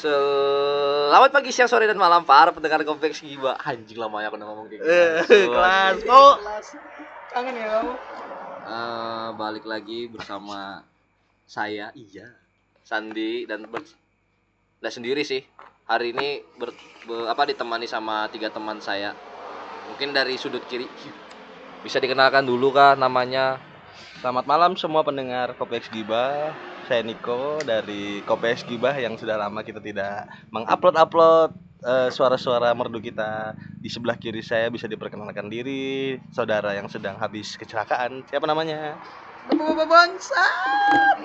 Selamat pagi, siang, sore, dan malam para pendengar Kompleks Giba. Anjing lama ya aku udah ngomong kayak gitu. Kelas. Oh, Kangen ya kamu? Balik lagi bersama saya, Sandi dan sendiri sih. Hari ini ditemani sama 3 teman saya. Mungkin dari sudut kiri bisa dikenalkan dulu kah namanya? selamat malam semua pendengar Kompleks Gibah. Saya Niko dari Kompleks Gibah yang sudah lama kita tidak mengupload suara-suara merdu kita. Di sebelah kiri saya bisa diperkenalkan diri saudara yang sedang habis kecelakaan. Siapa namanya? Bapak bangsat.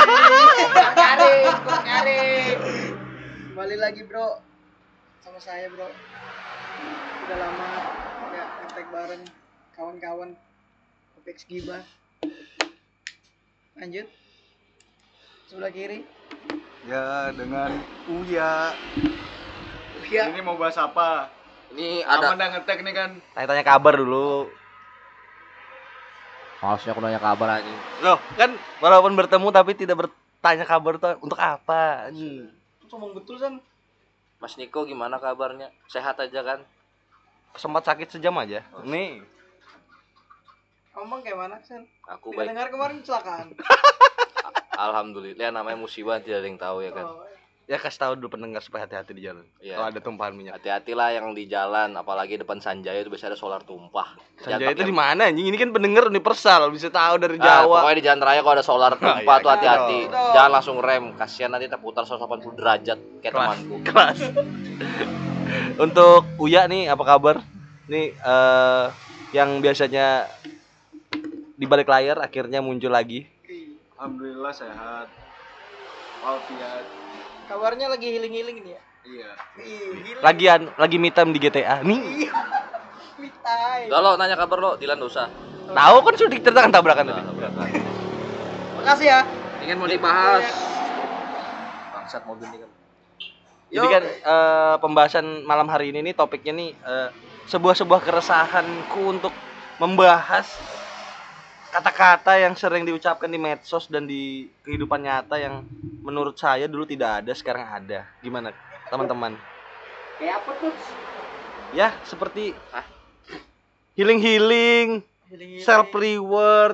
Nyari. Kembali lagi bro, sama saya bro. Udah lama nggak ngetek bareng kawan-kawan Kompleks Gibah. Lanjut. Sebelah kiri. Ya, dengan Uya. Uya. Ini mau bahas apa? Ini Aman ada dah ngetek nih kan. Tanya-tanya kabar dulu. harusnya aku nanya kabar anjing. Loh, kan walaupun bertemu tapi tidak bertanya kabar tuh untuk apa? Ngomong betul San. Mas Niko gimana kabarnya? Sehat aja kan? Sempat sakit sejam aja. Nih. Ngomong kayak mana San? Aku Tidak baik. dengar kemarin kecelakaan. Alhamdulillah, namanya musibah tidak ada yang tahu ya kan. Oh, Ya kasih tahu dulu pendengar supaya hati-hati di jalan. Iya. Kalau ada tumpahan minyak. Hati-hatilah yang di jalan, apalagi depan Sanjaya itu biasanya ada solar tumpah. Sanjaya itu di mana anjing? Ini kan pendengar universal, bisa tahu dari Jawa. Jawa. Pokoknya di jalan raya kalau ada solar tumpah iya, tuh hati-hati. gitu dong. Jangan langsung rem, kasihan nanti terputar 180 derajat kayak Kelas. temanku. Kelas. Untuk Uya nih apa kabar? Nih yang biasanya di balik layar akhirnya muncul lagi. Alhamdulillah sehat. Walafiat. kabarnya lagi healing ini ya. Iya. Healing. Lagi me time di GTA. Nih, Mitai. Kalau nanya kabar lo, Dilan dosa. tahu kan sudah diceritakan tabrakan tadi. Makasih ya. Ingin mau dibahas. Bangsat mobil ini kan. Jadi kan pembahasan malam hari ini nih topiknya nih sebuah keresahanku untuk membahas kata-kata yang sering diucapkan di medsos dan di kehidupan nyata yang menurut saya dulu tidak ada, sekarang ada. Gimana teman-teman? Kayak apa tuh? Ya seperti healing, Healing. self reward,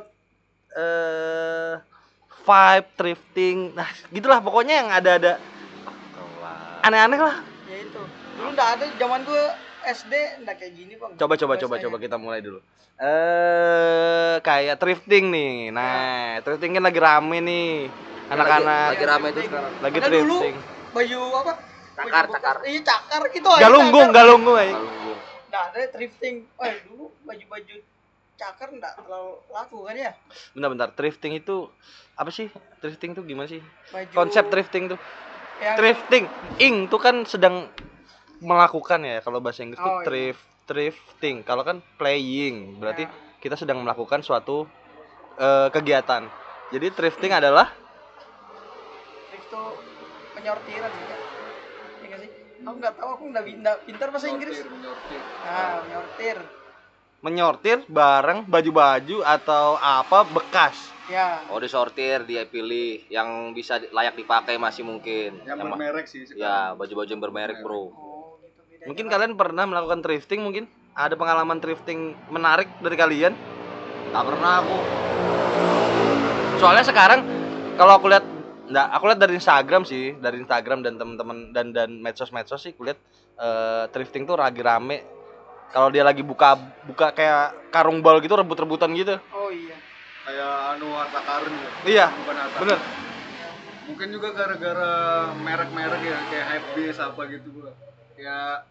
vibe, thrifting, nah gitulah pokoknya yang ada aneh-aneh lah. Ya itu. Dulu enggak ada zaman gue SD enggak kayak gini, Bang. Coba Bahasanya. kita mulai dulu. Kayak thrifting nih. Nah, thrifting kan lagi rame nih. Anak-anak Lagi rame itu sekarang. lagi Padahal dulu thrifting. baju apa? Cakar, Baju cakar. bekas. Iya, cakar gitu aja. Galunggung cakar. aja. Nggak ada thrifting. Dulu baju-baju cakar enggak terlalu laku kan ya? Bentar. Thrifting itu apa sih? Thrifting tuh gimana sih? Baju Konsep thrifting tuh. yang Thrifting, tuh kan sedang melakukan ya. Kalau bahasa Inggris tuh Oh, iya. thrifting. Kalau kan playing, berarti Ya. kita sedang melakukan suatu kegiatan. Jadi thrifting adalah thrift tuh penyortiran ya. Iya nggak sih? Aku nggak tahu, aku nggak pintar bahasa Inggris. Menyortir. Menyortir. menyortir barang, baju-baju atau apa bekas. Ya. Oh, disortir, dia pilih yang bisa layak dipakai masih mungkin. Yang bermerek sih sekarang. Ya, baju-baju yang bermerek, Bro. Oh, gitu bedanya. Mungkin kalian pernah melakukan thrifting, mungkin ada pengalaman thrifting menarik dari kalian? Tak pernah aku. Soalnya sekarang kalau aku lihat dari Instagram sih, dari Instagram dan teman-teman dan medsos-medsos sih, aku lihat thrifting tuh lagi rame. Kalau dia lagi buka kayak karung bal gitu, rebut-rebutan gitu. Oh iya. Kayak harta karun ya. Iya, Bukan harta. bener. Mungkin juga gara-gara merek-merek ya kayak Hypebeast apa gitu gua. Kayak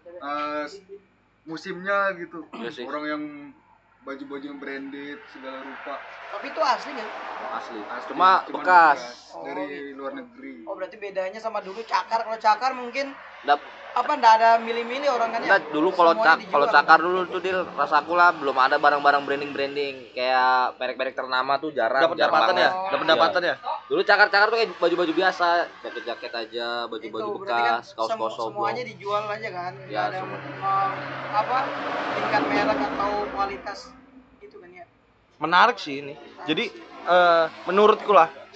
musimnya gitu. Iya sih. Orang yang baju-baju yang branded segala rupa. Tapi itu asli nggak? Asli. Asli, Cuma cuman bekas. dari luar negeri. Oh, berarti bedanya sama dulu cakar. Kalau cakar mungkin Dap- nggak ada milih-milih orang kan ya. Enggak, dulu kalau Semuanya dijual. cakar dulu tuh Dil, rasaku lah belum ada barang-barang branding kayak merek-merek ternama tuh jarang. Dapat jarang pendapatan ya, banget. dapat pendapatan ya. Dulu cakar-cakar tuh kayak baju-baju biasa, jaket-jaket aja, baju-baju Itu, berarti kan bekas, kaos-kaos soblong. semuanya dijual aja kan. Nggak Ya, ada semua. tingkat merek atau kualitas gitu kan ya. Menarik sih ini. Jadi menurutku lah,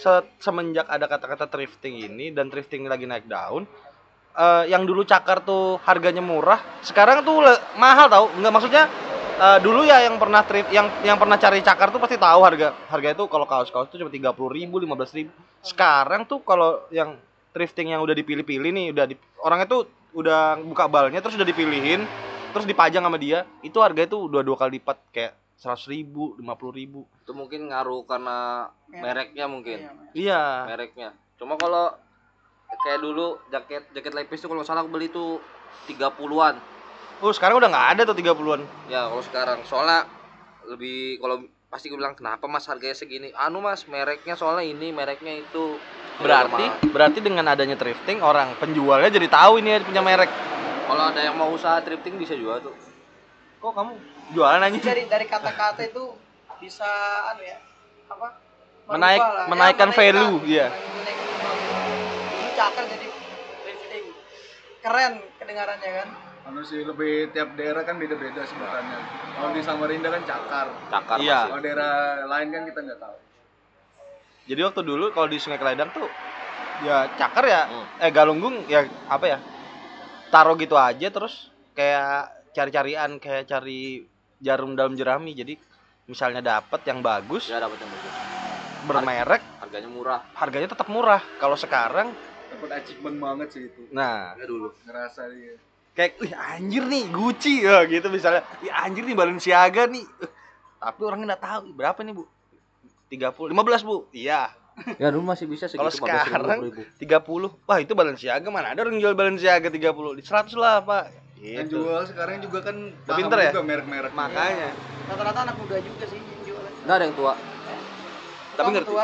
semenjak ada kata-kata thrifting ini dan thrifting lagi naik daun, yang dulu cakar tuh harganya murah, sekarang tuh mahal tau. Enggak, maksudnya dulu ya yang pernah yang pernah cari cakar tuh pasti tahu harga itu kalau kaos-kaos tuh cuma 30.000, 15.000. Sekarang tuh kalau yang thrifting yang udah dipilih-pilih nih, orangnya tuh udah buka balnya terus udah dipilihin, terus dipajang sama dia, itu harga itu udah 2 kali lipat, kayak 100.000, 50.000. Itu mungkin ngaruh karena mereknya mungkin. Iya. Mereknya. Cuma kalau kayak dulu jaket lepis tuh kalau nggak salah aku beli tuh 30-an. Oh, sekarang udah nggak ada tuh 30-an. Ya kalau sekarang soalnya lebih, kalau pasti gue bilang kenapa mas harganya segini, anu mas mereknya soalnya ini mereknya itu. Berarti dengan adanya thrifting, orang penjualnya jadi tahu ini punya merek. Kalau ada yang mau usaha thrifting bisa juga tuh. Kok kamu jualan aja? Dari kata-kata itu bisa anu ya, apa? Menaikkan value, iya. Ini cakar jadi thrifting. Keren kedengarannya kan. Anu sih, lebih tiap daerah kan beda-beda sebutannya. Kalau di Samarinda kan cakar. Iya. Kalau daerah lain kan kita nggak tahu. Jadi waktu dulu kalau di Sungai Keledang tuh ya cakar ya, galunggung ya apa ya? Taruh gitu aja terus kayak cari-carian, kayak cari jarum dalam jerami. Jadi misalnya dapat yang bagus, Ya dapat yang bagus. bermerek, Harganya murah. harganya tetap murah. Kalau sekarang, Dapat achievement banget sih itu. nah, Ya dulu. Ngerasa dia. kayak, wih anjir nih Gucci ya gitu misalnya. Wih anjir nih Balenciaga nih. Tapi orangnya nggak tahu berapa nih bu. 30, 15 bu. Iya. Ya dulu masih bisa segitu. Kalau sekarang 30, wah itu Balenciaga, mana ada orang jual Balenciaga 30, di 100 lah pak. Yang Gitu. jual sekarang juga kan Udah pinter ya? juga merek-merek. Makanya. Rata-rata anak muda juga sih yang jualan. Nggak ada yang tua. Tapi Kamu ngerti. tua.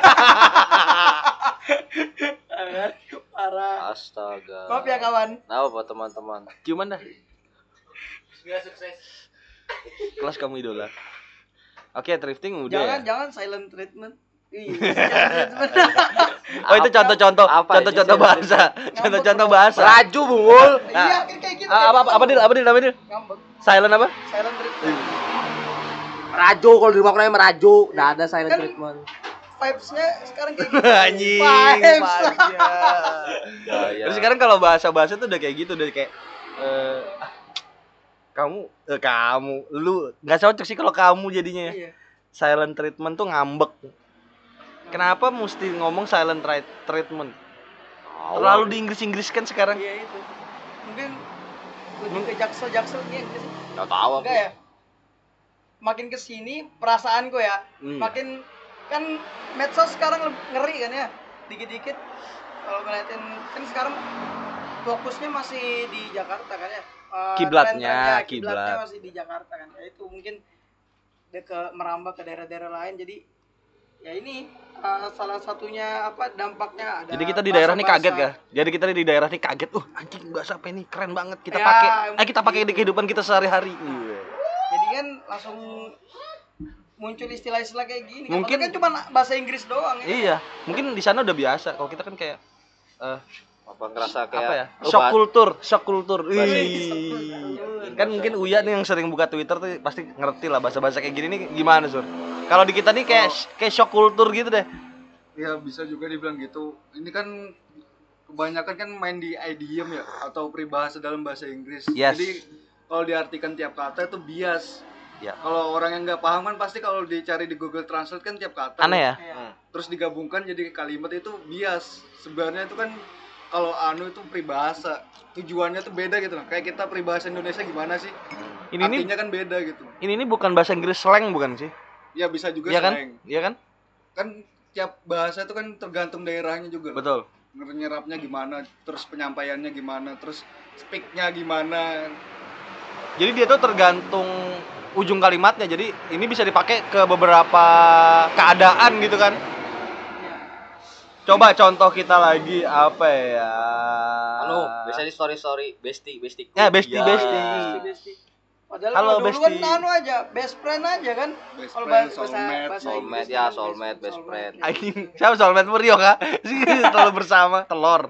Parah. Astaga. Maaf ya kawan. Nah, apa teman-teman? Cuman dah. Gak sukses. Kelas kamu idola. Oke, thrifting udah. Jangan silent treatment. Silent treatment. Oh itu contoh-contoh, Apa ini contoh-contoh bahasa, contoh-contoh bahasa. Raju bungul. Iya, kan kayak gitu. Apa Dil? Ngambek. Silent apa? Silent treatment. Raju, kalau di rumah aku namanya meraju. Nggak ada silent Kan- treatment. Vibes-nya sekarang kayak gitu. Anjing. Vibes. Ya. Terus sekarang kalau bahasa-bahasa tuh udah kayak gitu, udah kayak kamu, lu nggak cocok sih kalau kamu jadinya. Iya. Silent treatment tuh ngambek. Kenapa mesti ngomong silent treatment? Terlalu di Inggris-Inggriskan sekarang. Iya itu. Mungkin lebih ke jaksel gitu sih. Nggak tahu aku. Enggak ya? Makin kesini perasaanku ya, Hmm. makin kan medsos sekarang ngeri kan ya, dikit-dikit kalau ngeliatin kan sekarang fokusnya masih di Jakarta kan ya. Kiblatnya, kiblatnya masih di Jakarta kan. Ya itu mungkin dia merambah ke daerah-daerah lain, jadi ya ini salah satunya apa dampaknya ada. Jadi kita di daerah nih kaget bahasa-bahasa. gak? Jadi kita di daerah nih kaget. Anjing bahasa apa ini keren banget. Kita Ya, pakai. Kita pakai di gitu. kehidupan kita sehari-hari. Jadi kan langsung muncul istilah-istilah kayak gini. Mungkin- Kan cuma bahasa Inggris doang ya. Iya, mungkin di sana udah biasa. Kalau kita kan kayak Apa ngerasa kayak apa ya? oh, Shock kultur. Bahasa Ih. Kan mungkin Uya nih yang sering buka Twitter tuh pasti ngerti lah bahasa-bahasa kayak gini nih gimana, Sur. Kalau di kita nih kayak shock kultur gitu deh. Ya bisa juga dibilang gitu. Ini kan kebanyakan kan main di idiom ya atau peribahasa dalam bahasa Inggris. Yes. Jadi kalau diartikan tiap kata itu bias. Ya. Kalau orang yang nggak paham kan pasti kalau dicari di Google Translate kan tiap kata. Aneh ya? Iya. Terus digabungkan jadi kalimat itu bias. Sebenarnya itu kan kalau anu itu peribahasa. Tujuannya tuh beda gitu loh. Kayak kita peribahasa Indonesia gimana sih? Ini Artinya kan beda gitu. ini bukan bahasa Inggris slang bukan sih? Ya bisa juga Iya kan? slang. Iya kan? Kan tiap bahasa itu kan tergantung daerahnya juga. Betul. Nyerapnya gimana, terus penyampaiannya gimana, terus speaknya gimana. Jadi dia tuh tergantung ujung kalimatnya. Jadi ini bisa dipakai ke beberapa keadaan gitu kan. Coba contoh kita lagi apa ya? anu, biasanya di story bestie. Ya, bestie. Bestie. Padahal Halo, kalau dulu kan bestie. anu aja, best friend aja kan. Best Kalau friend, bahasa soulmate, Inggris ya, kan soulmate, best friend. Anjing, siapa soulmate Rio kak? Selalu bersama telur.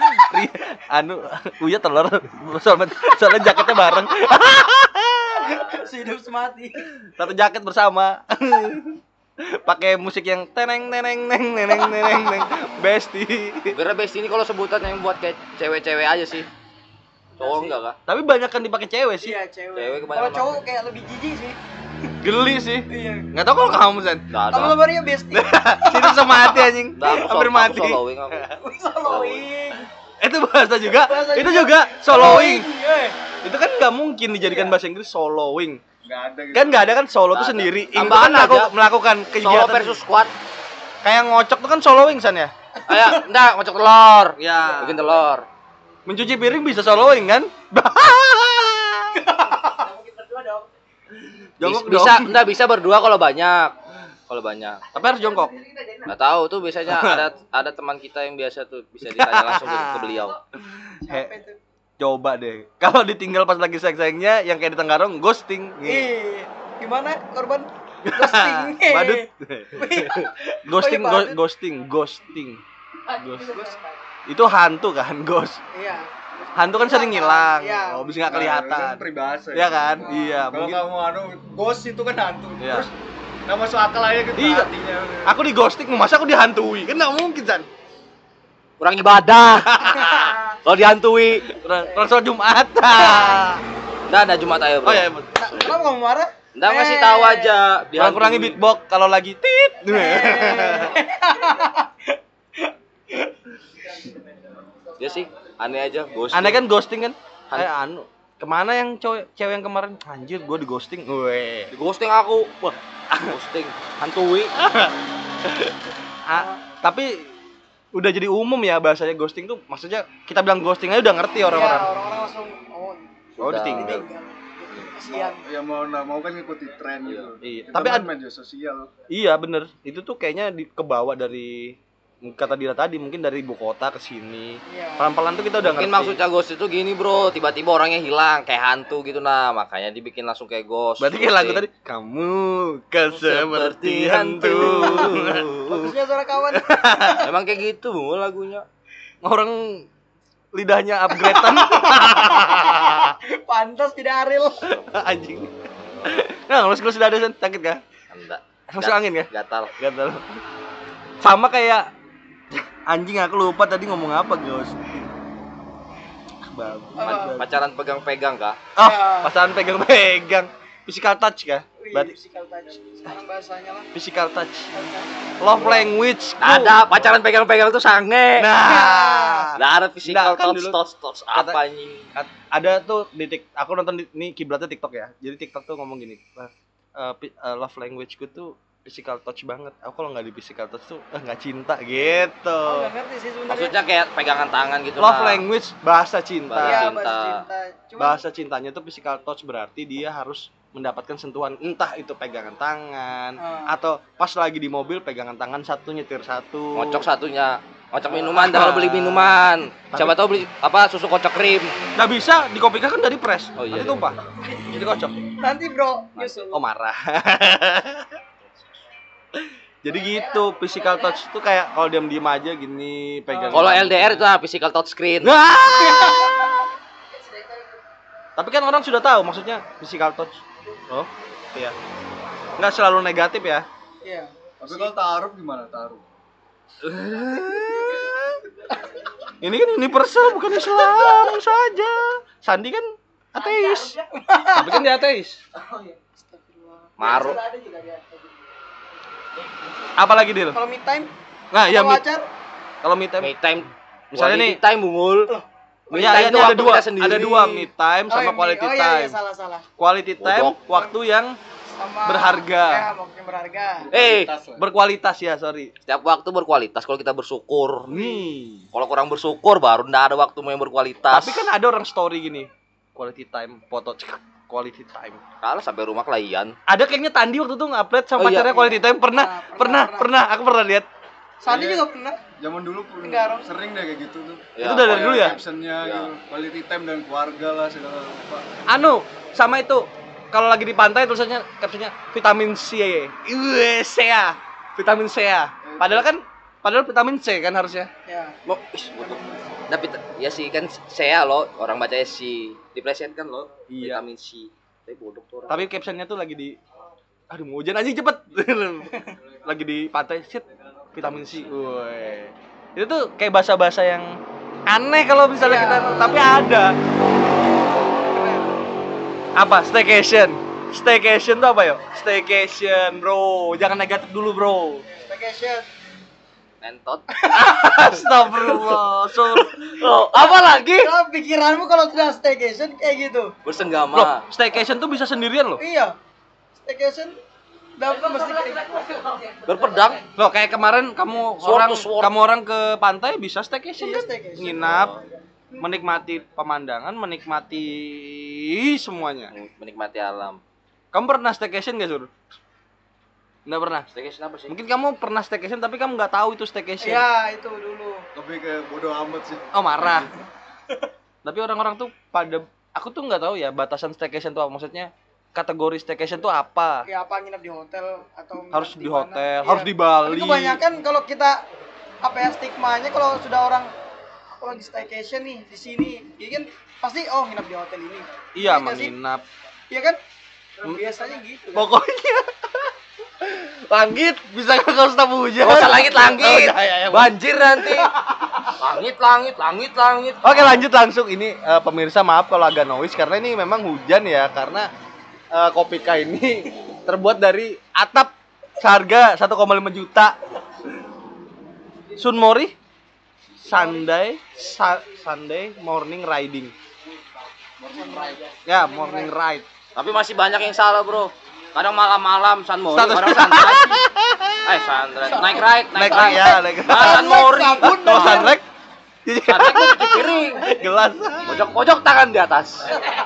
Uya telur, soalnya jaketnya bareng. Hidup semati. Satu jaket bersama. Pakai musik yang teneng teneng neng neneng neneng neng Besti. Gara best ini kalau sebutan yang buat kayak cewek-cewek aja sih. Cowok enggak kah? Tapi banyak kan dipakai cewek sih. Iya, cewek. Cewek Kalau kebanyakan cowok kayak lebih jijik sih. Geli sih. Iya. Nggak tahu kalau kamu San. Enggak Kamu ada. lebarnya bestie. Situ sama mati anjing. Nggak, aku Hampir aku mati. soloing aku. Soloing. Itu bahasa juga. Bahasa Itu juga. juga soloing. Eh. Itu kan nggak mungkin dijadikan Iya. bahasa Inggris soloing. Nggak ada gitu. Kan nggak ada kan solo Nggak tuh ada. sendiri. Ing itu Tambahan kan aja. melakukan Solo kegiatan versus squad. kayak ngocok tuh kan soloing San ya. Ayo, enggak ngocok telur. Ya. Bikin telur. Mencuci piring bisa soloing kan? Jongkok Bisa, dong. enggak bisa berdua kalau banyak. Kalau banyak. Tapi harus jongkok. Nggak tahu tuh biasanya ada teman kita yang biasa tuh bisa ditanya langsung ke beliau. Capek tuh. Coba deh. Kalau ditinggal pas lagi sayang-sayangnya yang kayak di Tenggarong ghosting. Gimana korban ghosting? Badut. Ghosting, Oh, iya, badut. ghosting. Itu hantu kan, ghost. Iya. Hantu kan sering ngilang. Iya. Oh, bisa nggak Nah, kelihatan. kan peribahasa. Iya kan? Oh. Iya, Kalau mungkin. kamu ghost itu kan hantu. Iya. Terus nggak masuk akal aja gitu Iya. artinya. Aku di ghosting, masa aku dihantui? Kan nggak mungkin, San. Kurang ibadah. Kalau dihantui. Rasul Jumat. Enggak ada Jumat ayo, Bro. Oh ya, Kenapa kamu marah? Enggak ngasih tahu aja. kurang-kurangi beatbox kalau lagi tit. Dia sih aneh aja, ghosting. Aneh kan ghosting kan? Kemana yang cewek yang kemarin? Anjir, gue di ghosting. Weh. Di ghosting aku. Wah, ghosting. Hantui. Tapi udah jadi umum ya bahasanya ghosting tuh. Maksudnya kita bilang ghosting aja udah ngerti Iya, orang-orang. orang-orang langsung Oh, Udah. ditinggal. kasihan. Ya mau nggak mau kan ngikuti tren gitu. Iya. Kita Tapi kan ad- media sosial. Iya bener. Itu tuh kayaknya kebawa dari kata Dira tadi, mungkin dari ibu kota ke sini. Iya. Pelan-pelan tuh kita udah Mungkin ngerti. maksudnya ghost itu gini, Bro. Tiba-tiba orangnya hilang kayak hantu gitu nah, makanya dibikin langsung kayak ghost. Berarti kayak lagu tadi, kamu kan seperti hantu. Bagusnya suara kawan. Emang kayak gitu lagunya. Orang lidahnya upgradean. Pantas tidak Aril. Anjing. Nah, lu sudah ada San? Sakit kah? Enggak. Masuk angin kah? Gatal. Gatal. Sama kayak anjing, aku lupa tadi ngomong apa, Gos. Pacaran pegang-pegang kah? Oh, Ya. pacaran pegang-pegang. Physical touch kah? Wih, Berarti physical touch. Sekarang bahasanya lah. physical touch. Love language. Nggak ada pacaran pegang-pegang tuh sange. Nah, Nggak ada physical Nggak, kan touch, dulu touch kata- apa anjing. ada tuh di aku nonton ini kiblatnya TikTok ya. Jadi TikTok tuh ngomong gini, love language-ku tuh physical touch banget. Aku kalau nggak di physical touch tuh nggak cinta gitu. Oh, nggak ngerti sih sebenarnya. Maksudnya kayak pegangan tangan gitu. Love nah. language bahasa cinta. Iya, cinta. bahasa cinta. Cuma Bahasa cintanya tuh physical touch, berarti dia harus mendapatkan sentuhan, entah itu pegangan tangan atau pas lagi di mobil pegangan tangan satu, nyetir satu. Ngocok satunya. Ngocok minuman, kalau beli minuman. Siapa tahu beli apa susu kocok krim. Nggak bisa, di kopi kan dari press. Oh, iya, Nanti iya. tumpah. Jadi kocok. nanti bro, nyusul. Oh, marah. Jadi gitu, physical touch tuh kayak kalau diam-diam aja gini pegang. Kalau LDR itu physical touch screen. Nah! Tapi kan orang sudah tahu maksudnya physical touch. Oh, iya. Nggak selalu negatif ya. Iya. Tapi kalau taruh gimana taruh? Ini kan universal, bukan Islam saja. Sandi kan ateis. Tapi kan dia ateis. Oh iya. Astagfirullah. Maru. Sudah ada juga dia. Apalagi Dil? Kalau me time, Nah, ya pacar, kalau me time. Me time. Misalnya nih, Quality time bungul. Me ya, time ini itu ada waktu dua, kita sendiri. ada dua me time sama yang quality oh, iya, time. iya, salah. Quality time Bodoh. waktu yang Sama Berharga. Ya, maksudnya berharga. Tas lah. berkualitas ya, sorry. Setiap waktu berkualitas kalau kita bersyukur. Nih. Kalau kurang bersyukur baru ndak ada waktu yang berkualitas. Tapi kan ada orang story gini. Quality time, foto quality time. kalau sampai rumah kelayan. Ada kayaknya Tandi waktu itu nge-upload sama Oh, iya. pacarnya quality time pernah, Pernah. aku pernah lihat. Sandi Iya. juga pernah. Zaman dulu pun Tenggarong. sering deh kayak gitu tuh. Itu dari Kayak dulu ya? Captionnya Ya. gitu, quality time dan keluarga lah segala apa. Anu, sama itu. Kalau lagi di pantai tulisannya captionnya vitamin C. C ya. Vitamin C ya. Padahal vitamin C kan harusnya. Ya. Mau bodoh. Tapi ya sih kan saya lo orang bacanya si diplesetkan lo Iya. vitamin C. Tapi bodoh tuh orang. Tapi captionnya tuh lagi di Aduh mau hujan anjing cepet. Lagi di pantai, shit, vitamin C. Woi. Itu tuh kayak bahasa-bahasa yang aneh kalau misalnya kita, tapi ada. Apa? Staycation. Staycation tuh apa yo? Staycation, bro. Jangan negatif dulu, bro. Staycation. Nentot. Astagfirullah. Oh, apa lagi? Kalau pikiranmu kalau sudah staycation kayak gitu. Loh, Bersenggama. staycation tuh bisa sendirian loh. Iya. Staycation dapat mesti kayak Berpedang. Loh, kayak kemarin kamu Sword orang to sword. kamu orang ke pantai bisa staycation Iya, kan? staycation. Nginap, menikmati pemandangan, menikmati semuanya. Menikmati alam. Kamu pernah staycation gak, Sur? Nggak pernah. Staycation apa sih? Mungkin kamu pernah staycation tapi kamu nggak tahu itu staycation. Iya, itu dulu. Lebih ke bodoh amat sih. Oh, marah. Tapi orang-orang tuh pada, aku tuh nggak tahu ya batasan staycation tuh apa. Maksudnya kategori staycation tuh apa? Ya apa nginep di hotel atau nginep Harus di mana. hotel, Iya. harus di Bali. Tapi kebanyakan kalau kita apa ya stigmanya kalau sudah orang aku lagi staycation nih di sini, ya kan pasti oh nginep di hotel ini. Iya, nggak sih? menginap. Iya kan? Biasanya gitu. Kan? Pokoknya langit bisa kalau stop hujan. Gak usah langit-langit. Oh, iya. Banjir nanti. Langit. Oke, lanjut langsung. Ini pemirsa maaf kalau agak noise karena ini memang hujan ya, karena Kopika ini terbuat dari atap seharga 1,5 juta. Sunmori Sunday morning riding. Ya, morning ride. Tapi masih banyak yang salah, Bro. Kadang malam-malam San Mori, Status- kadang santai. Santai. Naik ride. Naik. San Mori. Oh, sunrek. Santai gua cuci piring. Gelas. Pojok-pojok tangan di atas.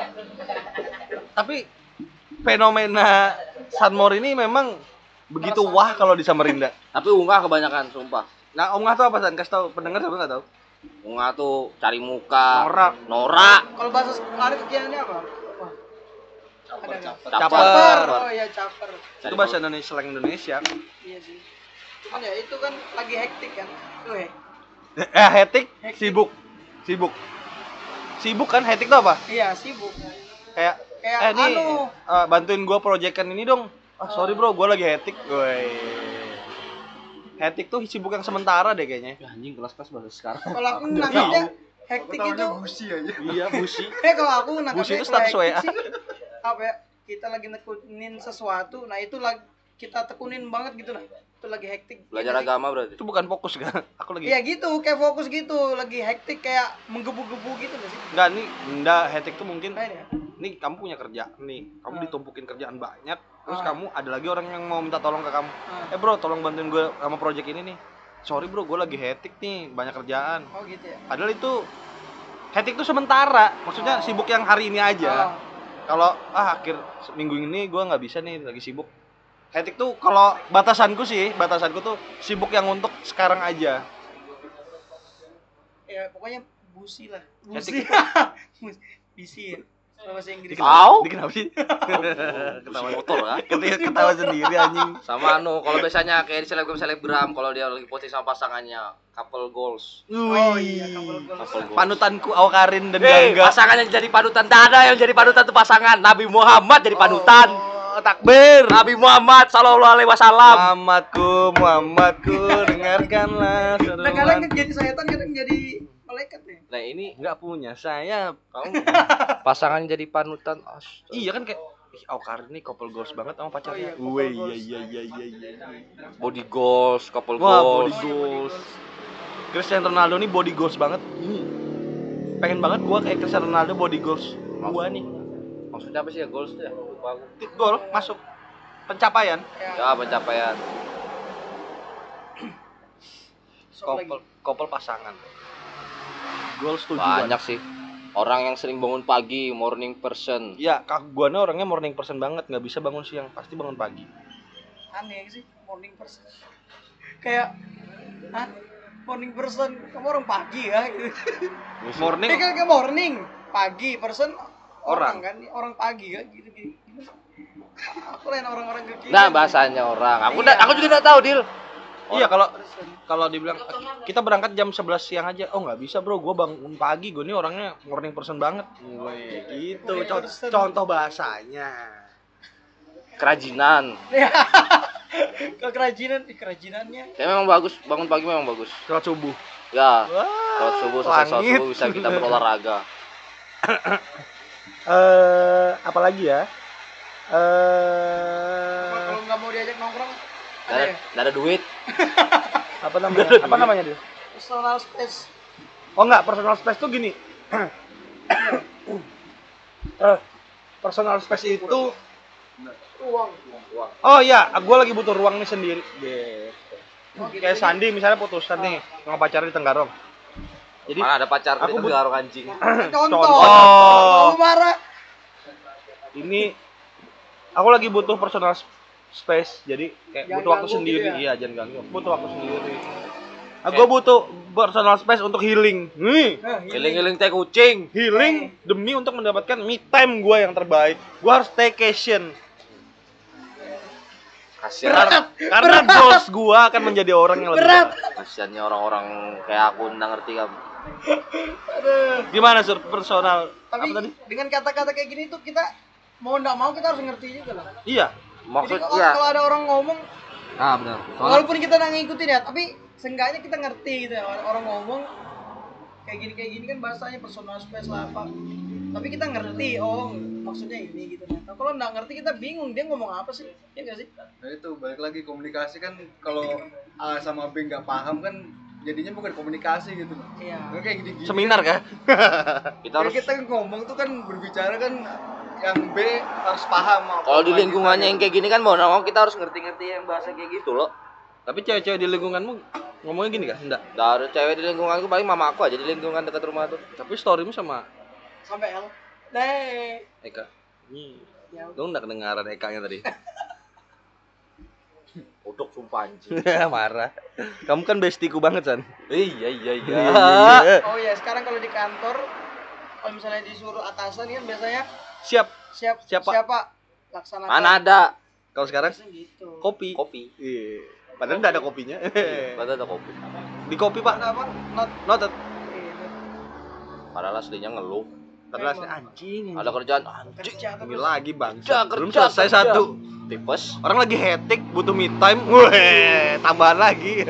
Tapi fenomena Sunmori ini memang begitu wah kalau di Samarinda. Tapi ungah kebanyakan, sumpah. Nah, ongah tuh apa, San? Kasih tahu pendengar siapa nggak tahu? Ungah tuh cari muka. Norak. Norak. Kalau bahasa lari kekiniannya apa? Ada nggak? Caper. Oh iya caper. Itu bahasa Indonesia, slang Indonesia. Iya sih. Cuman ya itu kan lagi hektik kan. Tuh Hektik, Hektik. sibuk kan, hektik tuh apa? Iya sibuk. Kayak Kayak nih, anu. bantuin gua proyekan ini dong. Sorry bro, gua lagi hektik. Woi. Hektik tuh sibuk yang sementara deh kayaknya. Ya, anjing kelas-kelas bahasa sekarang. Kalau aku nangkapnya hektik itu. Busi aja. Iya, busi. Kalau aku Busi nangkapnya itu kalau status hektik WA. sih, apa ya? Kita lagi nekunin sesuatu, nah itu lagi kita tekunin banget gitu nah. Itu lagi hektik. Belajar Iya, agama berarti. Itu bukan fokus kan? Aku lagi. iya gitu, kayak fokus gitu, lagi hektik kayak menggebu-gebu gitu nggak sih? Enggak, hektik tuh mungkin Lain ya? nih kamu punya kerja nih, kamu Ah. ditumpukin kerjaan banyak, terus Ah. kamu ada lagi orang yang mau minta tolong ke kamu. Ah. Bro, tolong bantuin gue sama project ini nih. Sorry bro, gue lagi hektik nih, banyak kerjaan. Oh gitu ya. Padahal itu hektik tuh sementara, maksudnya Oh. sibuk yang hari ini aja. Oh. Kalau akhir minggu ini gue nggak bisa nih, lagi sibuk. Hektik tuh kalau batasanku tuh sibuk yang untuk sekarang aja. Ya pokoknya busi lah. Hektik. Busi. Bisi ya. Kalau bahasa Inggris. Au. Dikit apa sih? Ketawa motor kan. Ketawa sendiri anjing. Sama kalau biasanya kayak di selebgram kalau dia lagi posting sama pasangannya couple goals. Oh iya, couple goals. Couple goals. Panutanku Awkarin dan Hey, Gangga. pasangannya jadi panutan. Tak ada yang jadi panutan tuh pasangan. Nabi Muhammad jadi panutan. Oh, takbir. Nabi Muhammad sallallahu alaihi wasallam. Muhammadku, dengarkanlah Nah kadang seruan. jadi setan, kadang jadi malaikat ya. Nah, ini Nggak punya saya. kamu pasangan jadi panutan. Astaga. Iya kan kayak Awkarin nih couple goals banget sama pacarnya. Oh iya, couple Wih, goals. iya. Body goals, couple Wah, goals. body goals. Cristiano Ronaldo nih body goals banget. Pengen banget gua kayak Cristiano Ronaldo body goals. Gua nih. Maksudnya apa sih ya goals tuh ya? Lupa aku. Gol masuk pencapaian. Ya, pencapaian. Sok lagi. Couple pasangan. Goals tujuan. Banyak sih. Orang yang sering bangun pagi, morning person. Iya, gua nih orangnya morning person banget, nggak bisa bangun siang, pasti bangun pagi. Aneh sih morning person. Kayak morning person, kamu orang pagi ya gitu. Morning Kayak morning, pagi person Orang. kan, orang pagi kan gitu. Aku lain orang-orang kayak gitu. Nah, bahasanya orang. Aku Iya. aku juga enggak tahu, Dil. Iya, kalau dibilang kita berangkat jam 11 siang aja, oh nggak bisa bro, gue bangun pagi, gue nih orangnya morning person banget. Wih, gitu, Morning person. contoh bahasanya. kerajinan. Kerajinannya. Ya memang bagus, bangun pagi memang bagus. Sholat subuh. Ya, Wah, sholat subuh, selesai sholat langit. subuh bisa kita berolahraga. Apalagi ya? Kalau nggak mau diajak nongkrong, ada ya? Nggak ada duit. Apa namanya? Apa namanya dia? Personal space. Oh enggak, personal space tuh gini. Personal space itu Ruang. oh iya, gue lagi butuh ruang nih sendiri. Oh, gitu. Kayak Sandi misalnya putusan nih, sama pacarnya di Tenggarong. Jadi Mana ada pacar aku di Tenggarong anjing. Contoh. Oh. Mau marah. ini aku lagi butuh personal space. Jadi kayak Jangan butuh waktu ganggu sendiri. gitu ya? Iya, jangan ganggu. Butuh waktu sendiri. Gue butuh personal space untuk healing. Nih, Giling-giling teh kucing. healing demi untuk mendapatkan me time gue yang terbaik. Gue harus staycation. Kasihan. Karena goals gue akan menjadi orang yang lebih Berat. baik. Kasihannya orang-orang kayak aku nggak ngerti kamu. Gimana sur personal? Tapi Apa tadi? dengan kata-kata kayak gini tuh kita mau nggak mau kita harus ngerti juga lah. Iya. Jadi Maksudnya. kalau ada orang ngomong, Ah benar. walaupun kita nggak ngikutin ya, tapi seenggaknya kita ngerti gitu ya. Orang ngomong kayak gini kan bahasanya personal space lah apa. Tapi kita ngerti, oh maksudnya ini gitu. Nah, kalau nggak ngerti kita bingung dia ngomong apa sih, ya nggak sih? Nah itu balik lagi komunikasi kan, kalau A sama B nggak paham kan jadinya bukan komunikasi gitu. Iya. Nggak kayak gini-gini. Seminar kah? Kita Kalau harus. kita ngomong tuh kan berbicara kan yang B harus paham. Kalau di lingkungannya yang kayak gini kan mau nggak mau kita harus ngerti-ngerti yang bahasa kayak gitu loh. Tapi cewek-cewek di lingkunganmu ngomongnya gini kah? Enggak. Dari cewek di lingkunganku paling mama aku aja di lingkungan dekat rumah tuh. Tapi storymu sama Sampai L. Deh. Eka. Ya. Lu enggak kedengaran Eka-nya tadi. Uduk sumpah anjing. Marah. Kamu kan bestiku banget, San. Iya. Oh ya, sekarang kalau di kantor, kalau misalnya disuruh atasan kan biasanya Siap. siapa laksanakan. Mana ada Kalau sekarang Biasanya gitu. kopi. kopi? Iya. Padahal enggak ada kopinya. Padahal ada kopi. Di kopi, Pak. Ada apa? Not. Noted. Gitu. Padahal aslinya ngeluh. Padahal Emang. anjing. Ada kerjaan anjing. Kerja Ini terus. lagi bang. Kerja, Belum kerja, selesai kerja. satu. Tipes. Orang lagi hectic, butuh me time. Weh, tambahan lagi.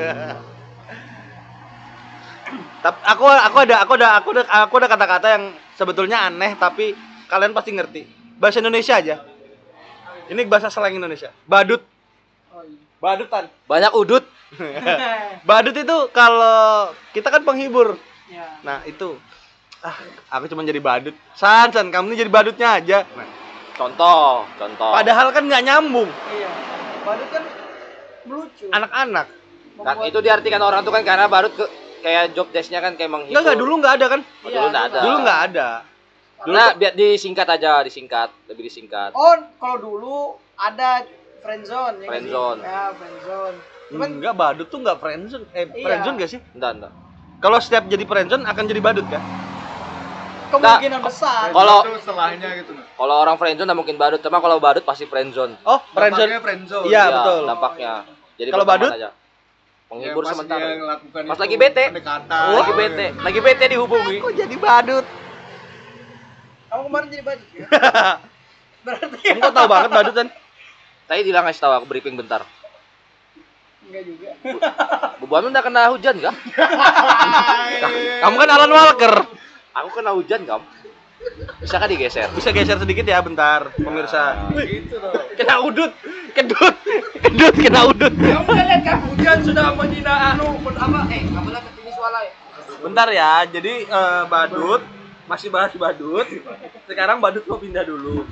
Tapi aku ada kata-kata yang sebetulnya aneh tapi kalian pasti ngerti. Bahasa Indonesia aja. Ini bahasa slang Indonesia. Badut. Oh, iya. Badutan. Banyak udut. Badut itu kalau kita kan penghibur. Ya. Nah, itu. Aku cuma jadi badut. San, kamu ini jadi badutnya aja. Nah, Contoh. padahal kan nggak nyambung. Iya. Badut kan melucu. Anak-anak. Kan itu diartikan orang tuh kan karena baru kayak job desk-nya kan kayak menghibur. Enggak, dulu nggak ada kan? Oh, dulu nggak ada. Dulu nggak ada. Nah, biar disingkat aja, lebih disingkat. Oh, kalau dulu ada friendzone. Ya nggak sih? Friendzone. Ya, friendzone. Cuman Enggak, badut tuh enggak friendzone. Iya. Friendzone gak sih? Enggak. Kalau setiap jadi friendzone akan jadi badut kan? kemungkinan besar. Kalau- itu setelahnya gitu. Kalau orang friendzone nggak mungkin badut, cuma kalau badut pasti friendzone. Oh, friendzone. Dampaknya friendzone. Iya, betul. Dampaknya. Jadi Kalau berteman badut? aja. Menghibur Ya, pas sementara. dia ngelakukan Pas itu, lagi bete. pendekatan. Lagi bete dihubungi. Kok jadi badut? Kamu kemarin jadi badut ya? Berarti Kamu kok tahu banget badut kan? Tadi Dilan ngasih tahu aku briefing bentar. enggak juga. Beban udah kena hujan kah? Kamu kan Alan Walker. Aku kena hujan kamu. Bisa kan digeser? Bisa geser sedikit ya bentar, pemirsa. Gitu dong. Kena udut. Kedut kena udut. Kamu udah lihat kan hujan sudah menghina apa? Kamu lihat ini suara ya? Bentar ya. Jadi badut masih bahas badut. Sekarang badut mau pindah dulu.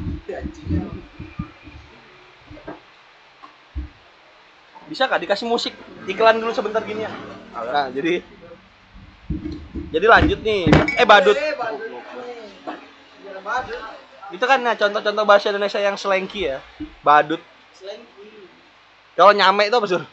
Bisa kak dikasih musik iklan dulu sebentar gini ya? Nah, jadi lanjut nih. Badut. Badut. Jangan badut. Itu kan nah, contoh-contoh bahasa Indonesia yang slanky ya. Badut. Slanky. Kalau nyame itu apa, Sur?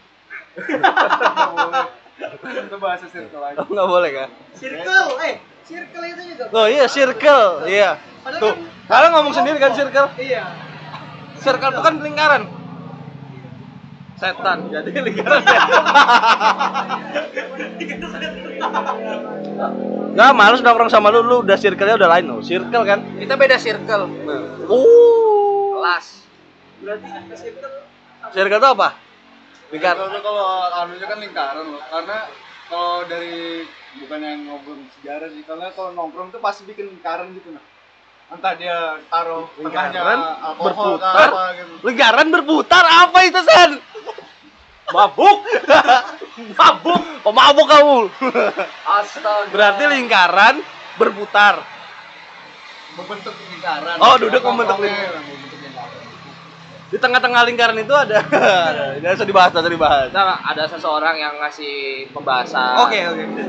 Itu bahasa circle lagi. Oh, nggak boleh kan? Circle, circle itu juga. Oh iya, circle. Iya. Padahal Tuh, kan- kalian ngomong sendiri kan circle? Iya. Circle itu kan lingkaran. Setan, jadi lingkaran. Nggak, males nongkrong sama lu udah circle-nya udah lain loh. Circle kan? Kita beda circle. Nah. Kelas. Berarti circle Circle itu apa? Lingkar. Kalau anunya kan lingkaran loh. Karena kalau dari bukan yang ngobrol sejarah sih, karena kalau nongkrong tuh pasti bikin lingkaran gitu nah. Entah dia taruh tengahnya Lingkaran alkohol kah berputar. apa gitu. Lingkaran berputar apa itu, San? Mabuk. Mabuk. Oh, mabuk kamu. Astaga. Berarti lingkaran berputar. Membentuk lingkaran. Oh, duduk membentuk Nongkrongnya lingkaran. membentuk lingkaran. Di tengah-tengah lingkaran itu ada. Bisa dibahas, bisa dibahas. Kita ada seseorang yang ngasih pembahasan. Oke.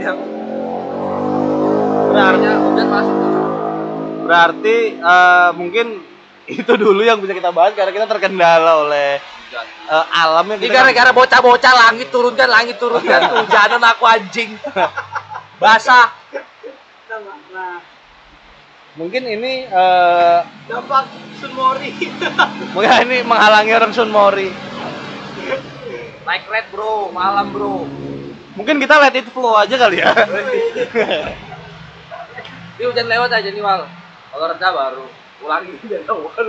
Berarti, Hujan masuk tuh. berarti mungkin itu dulu yang bisa kita bahas karena kita terkendala oleh Hujan. alam yang Ini kita gara-gara bocah-bocah langit turunkan kehujanan aku anjing. Basah. nah mungkin ini dampak Sunmori. mungkin ini menghalangi orang Sun Mori. Naik red bro, malam bro. Mungkin kita let it flow aja kali ya. Ini hujan lewat aja nih Wal. Kalau reda baru ulangi dari awal.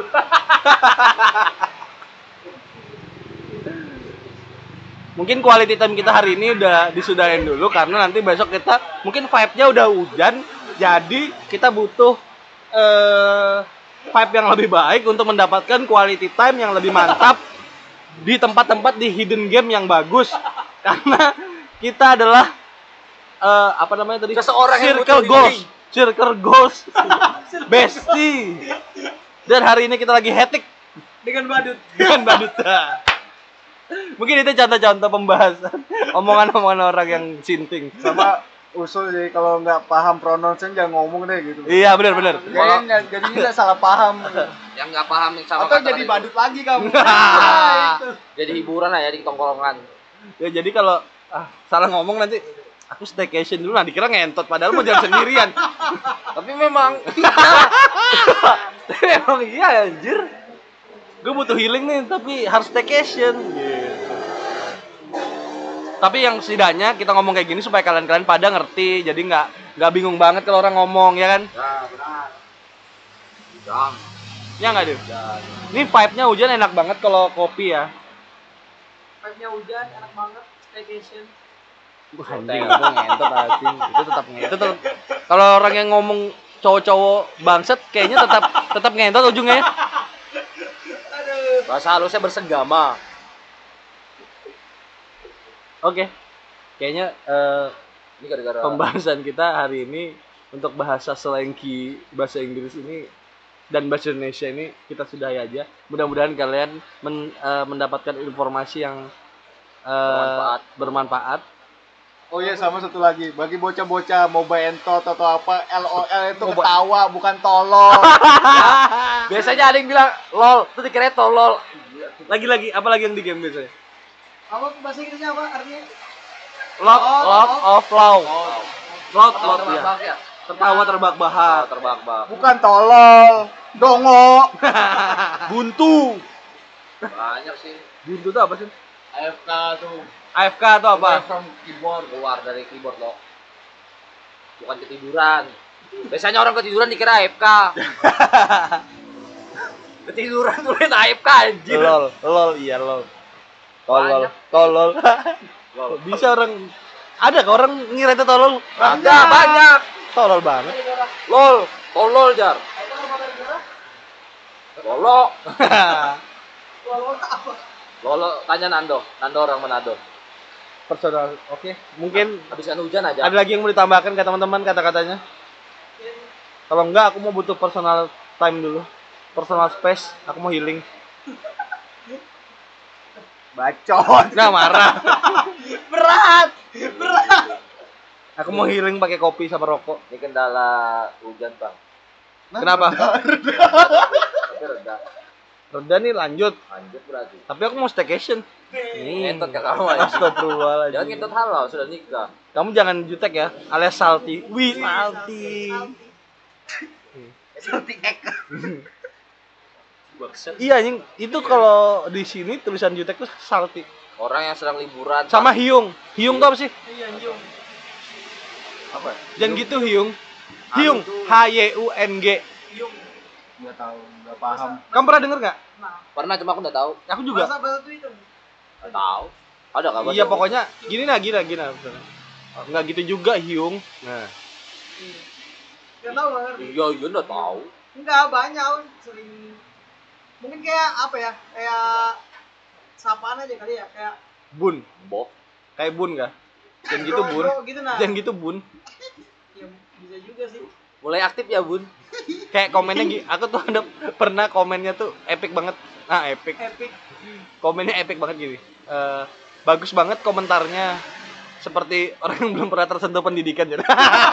Mungkin quality time kita hari ini udah disudahin dulu karena nanti besok kita mungkin vibe-nya udah hujan, jadi kita butuh vibe yang lebih baik untuk mendapatkan quality time yang lebih mantap di tempat-tempat di hidden game yang bagus. Karena kita adalah apa namanya tadi? Seseorang yang Circle butuh Ghost. healing. Circle Ghost. Bestie. Dan hari ini kita lagi hectic Dengan badut. dengan baduta. Mungkin itu contoh-contoh pembahasan omongan-omongan orang yang sinting. Sama usul jadi kalau nggak paham pronounce jangan ngomong deh gitu. Iya, benar. Jadinya nggak salah paham. Yang nggak paham sama Atau kata-kata jadi itu. badut lagi kamu. Jadi hiburan lah ya di tongkrongan. Ya jadi kalau salah ngomong nanti aku staycation dulu, nah dikira ngentot padahal mau jalan sendirian. Tapi memang Emang iya anjir. Gue butuh healing nih tapi harus staycation gitu. Tapi yang setidaknya kita ngomong kayak gini supaya kalian-kalian pada ngerti, jadi nggak bingung banget kalau orang ngomong ya kan? ya benar. Jam. Ya nggak deh. Ini vibe-nya hujan enak banget kalau kopi ya. Vibe-nya hujan enak banget staycation. Anjing aku ngentot anjing. Itu tetap ngentot. Kalau orang yang ngomong cowok-cowok bangset kayaknya tetap ngentot ujungnya ya. Bahasa halusnya bersenggama. Oke. Kayaknya Ini gara-gara pembahasan kita hari ini untuk bahasa selengki bahasa Inggris ini dan bahasa Indonesia ini kita sudahi aja. Mudah-mudahan kalian mendapatkan informasi yang bermanfaat. Oh iya, sama satu lagi, bagi bocah-bocah mau entot atau apa, LOL itu Moba- ketawa bukan tolol. biasanya ada yang bilang lol, itu dikira tolol. Lagi-lagi apalagi yang di game biasanya? Apa bahasa Inggrisnya apa artinya? Lot of law. Lot ya. Terbak ya. Tertawa terbahak-bahak. Terbak-bak. Bukan tolol, dongo. Buntu. Banyak sih. Buntu itu apa sih? AFK tuh. AFK atau apa? From keyboard. Keluar dari keyboard lo. Bukan ketiduran. Biasanya orang ketiduran dikira AFK. Ketiduran tulis AFK anjir. Lol, iya lol. Banyak. Tolol. Bisa orang ada kah orang ngira itu tolol? Ada banyak. Tolol banget. Lol, tolol jar. Lolo. Lolo tanya Nando orang Manado. Personal. Oke, mungkin Habiskan hujan aja. ada lagi yang mau ditambahkan ke teman-teman kata-katanya? Kalau enggak aku mau butuh personal time dulu. Personal space, aku mau healing. Bacot. Nah, marah. Berat. Aku mau healing pakai kopi sama rokok. Ini kendala hujan, Bang. Kenapa? Tapi reda. Reda nih lanjut. Lanjut berarti. Tapi aku mau staycation. Ngentot ke kamu aja. Astagfirullahaladzim. Jangan ngentot halal, sudah nikah. Kamu jangan jutek ya, alias salty. Wih, salty. Iya anjing, itu kalau di sini tulisan jutek tuh salty. Orang yang sedang liburan Sama hiung. Hiung tuh apa sih? Iya, Yung. apa? Jangan gitu hiung. Hiung, H Y U N G. Yung. Nggak tahu, nggak paham. Kamu pernah denger nggak? Nah, Pernah cuma aku nggak tahu. Aku juga. bahasa Twitter. Nggak tahu. Ada nggak bahasa? Iya pokoknya gini nah. Nggak gitu juga Hyung. Nah. Enggak tahu nggak ngerti. Iya iya nggak tahu. Enggak banyak Om. Sering mungkin kayak apa ya? Kayak sapaan aja kali ya, kayak Bun. Boh. Kayak Bun kah? Jangan gitu Bun. bro, gitu nah. Jangan gitu Bun. Ya, bisa juga sih. Mulai aktif ya bun. Kayak komennya aku tuh ada pernah komennya tuh epic banget. Ah epic. Epic. Komennya epic banget gini. Bagus banget komentarnya. Seperti orang yang belum pernah tersentuh pendidikan jadi.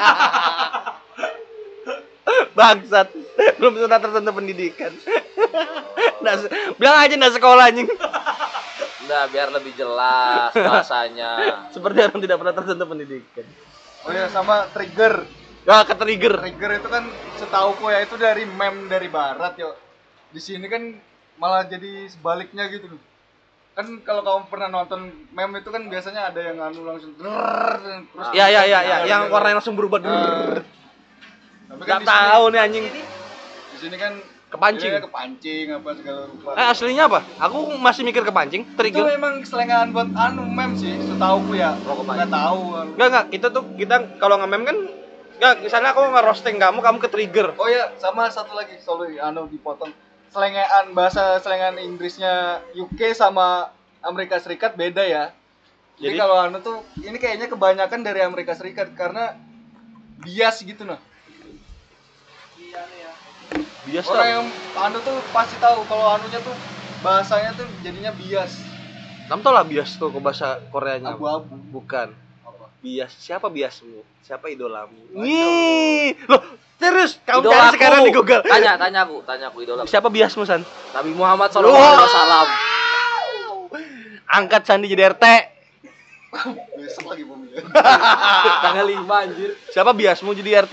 Bangsat. Belum pernah tersentuh pendidikan. Bilang aja nggak sekolah anjing. Nah biar lebih jelas bahasanya. Seperti orang tidak pernah tersentuh pendidikan. Oh ya, sama trigger. Gak ke-trigger. Trigger itu kan setauku ya itu dari meme dari barat yo. Di sini kan malah jadi sebaliknya gitu loh. Kan kalau kamu pernah nonton meme itu kan biasanya ada yang anu langsung terus Ya, yang warnanya langsung berubah. Tapi kan Gak tahu nih anjing. di sini kan Kepancing. iya, kepancing apa segala rupa. Aslinya apa? Aku masih mikir kepancing, Itu trigger. memang selengahan buat anu meme sih, setauku ya. Oh, kepancing. Nggak tahu. Enggak, kita kalau nge-meme kan enggak, misalnya aku nge-roasting kamu ke-trigger. Oh ya, sama satu lagi, sorry anu dipotong. Bahasa selengean Inggrisnya UK sama Amerika Serikat beda ya. Jadi Jadi? kalau anu tuh ini kayaknya kebanyakan dari Amerika Serikat karena bias gitu nah. Iya nih ya. Biasa. Orang yang anu tuh pasti tahu kalau anunya tuh bahasanya tuh jadinya bias. Kamu tau lah bias tuh ke bahasa Koreanya. Abu-abu. Bukan. Apa? Bias. Siapa biasmu? Siapa idolamu? Nih. Loh, serius? Kamu Idola cari aku. sekarang di Google. Tanya aku idola. Siapa biasmu, San? Nabi Muhammad SAW. Angkat Sandi jadi RT. Besok lagi pemilihan. Tanggal 5 anjir. Siapa biasmu jadi RT?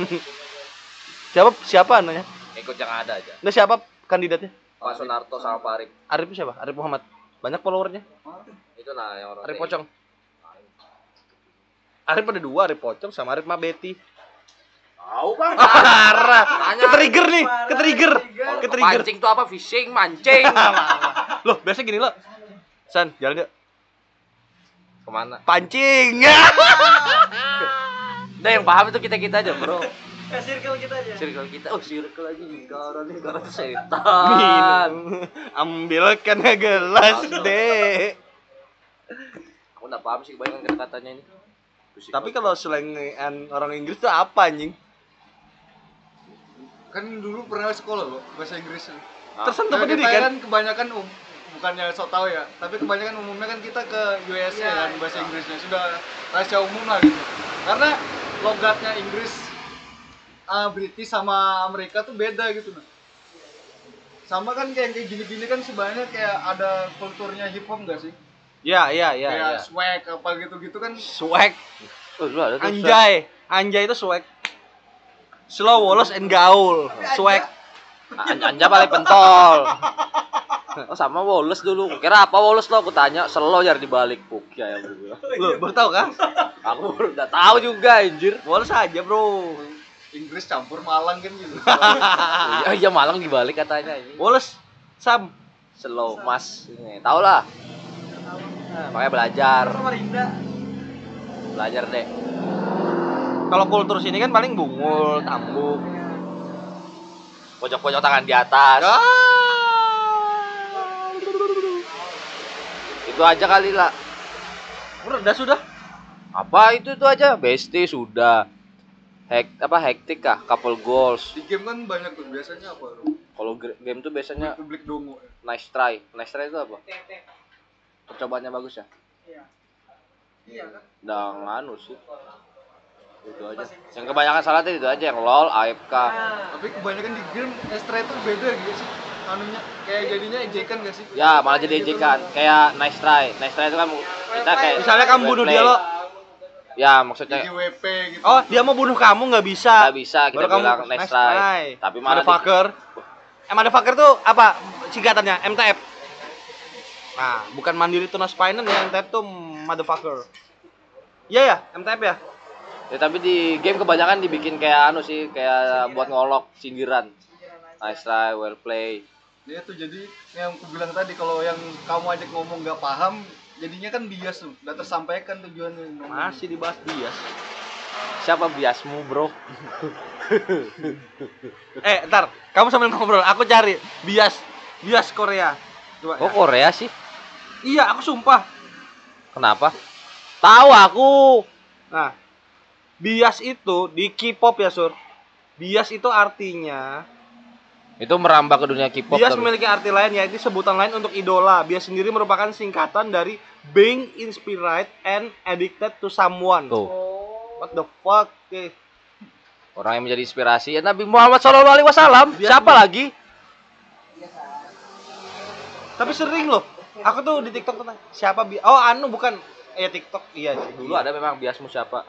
Siapa namanya? Ikut yang ada aja. Nah, siapa kandidatnya? Pak Sunarto sama Pak Arif. Arif siapa? Arif Muhammad. Banyak followernya. Itu nah yang orang. Arif Pocong. Arif ada dua, Arif Pocong sama Arif Mabeti. Tahu bang. Parah. Tanya. Ke-trigger nih, ke-trigger. Kalau Ke-trigger. Pancing tuh apa? Fishing, mancing. Loh, biasa gini loh. San, jalan yuk. Kemana? Pancing. Udah yang paham itu kita aja bro. Circle kita aja. Circle kita. Oh circle lagi lingkaran tuh setan. Minum. Ambilkan gelas, Dek. Aku nggak paham sih kebanyakan kata-katanya ini. Tapi kalau selengean orang Inggris tuh apa anjing? Kan dulu pernah sekolah loh bahasa Inggris. Tersentuh Kita pendidikan. kan kebanyakan bukannya sok tahu ya, tapi kebanyakan umumnya kan kita ke USA Iya. kan bahasa Inggrisnya sudah rahasia umum lah gitu. Karena logatnya Inggris, British sama Amerika tuh beda gitu nah. Sama kan kayak gini-gini kan sebenarnya kayak ada kulturnya hip hop enggak sih? Ya. Kayak swag apa gitu-gitu kan. Swag. Oh, dulu ada tuh. Anjay itu swag. Slow, wolos, and gaul. Swag. Anja paling pentol. Oh sama Wallace dulu. Kira apa Wallace lo? Aku tanya, selo jar dibalik Pukya ya bro. Lu baru tahu kah? Aku udah tahu juga anjir. Wolos aja, Bro. Inggris campur Malang kan gitu. Iya Malang dibalik katanya ini. Wolos Sam. Slow Mas. Ini tahu lah. Nah, makanya belajar. Sama Rinda. Belajar deh. Kalau kultur sini kan paling bungul, tambuk. Pojok-pojok tangan di atas. Itu aja kali lah. Udah sudah. Apa itu aja? Bestie sudah. Hektik kah? Couple goals. Di game kan banyak tuh biasanya apa? Kalau game tuh biasanya Publik dongo. nice try. Nice try itu apa? TT. Percobaannya bagus ya? Iya. Iya kan? Udah nganu sih. Itu aja. Yang kebanyakan salah tuh itu aja yang LOL, AFK. Nah, Tapi kebanyakan di game Astra itu beda gitu sih. Anunya kayak jadinya ejekan gak sih? Ya, malah jadi ejekan. Kayak nice try. Nice try itu kan kita kayak Misalnya kamu bunuh dia lo. Ya, maksudnya Jadi WP gitu. Oh, dia mau bunuh kamu nggak bisa. nggak bisa kita Baru kamu bilang nice try. Tapi malah motherfucker. Motherfucker tuh apa singkatannya? MTF. Nah, bukan Mandiri Tunas Finance ya, MTF tuh motherfucker. Iya ya, MTF ya. ya, tapi di game kebanyakan dibikin kayak anu sih, kayak buat ngolok sindiran. Nice try, well play. Dia tuh jadi yang aku bilang tadi, kalau yang kamu ajak ngomong nggak paham, jadinya kan bias tuh, udah tersampaikan tujuannya. Masih dibahas bias. Siapa biasmu, bro? Ntar, kamu sambil ngobrol, aku cari bias Korea. Coba. Kok Korea sih? Iya, aku sumpah. Kenapa? Tahu aku. Nah, bias itu di K-pop ya, Sur. Bias itu artinya Itu merambah ke dunia K-pop. bias tapi. memiliki arti lain, yaitu sebutan lain untuk idola. Bias sendiri merupakan singkatan dari being inspired and addicted to someone. Tuh. What the fuck? Orang yang menjadi inspirasi ya Nabi Muhammad SAW. Bias, Siapa bias. lagi? Tapi sering loh. Aku tuh di TikTok tuh tanya, siapa Oh, anu bukan. TikTok. Iya sih. Dulu ada memang biasmu siapa?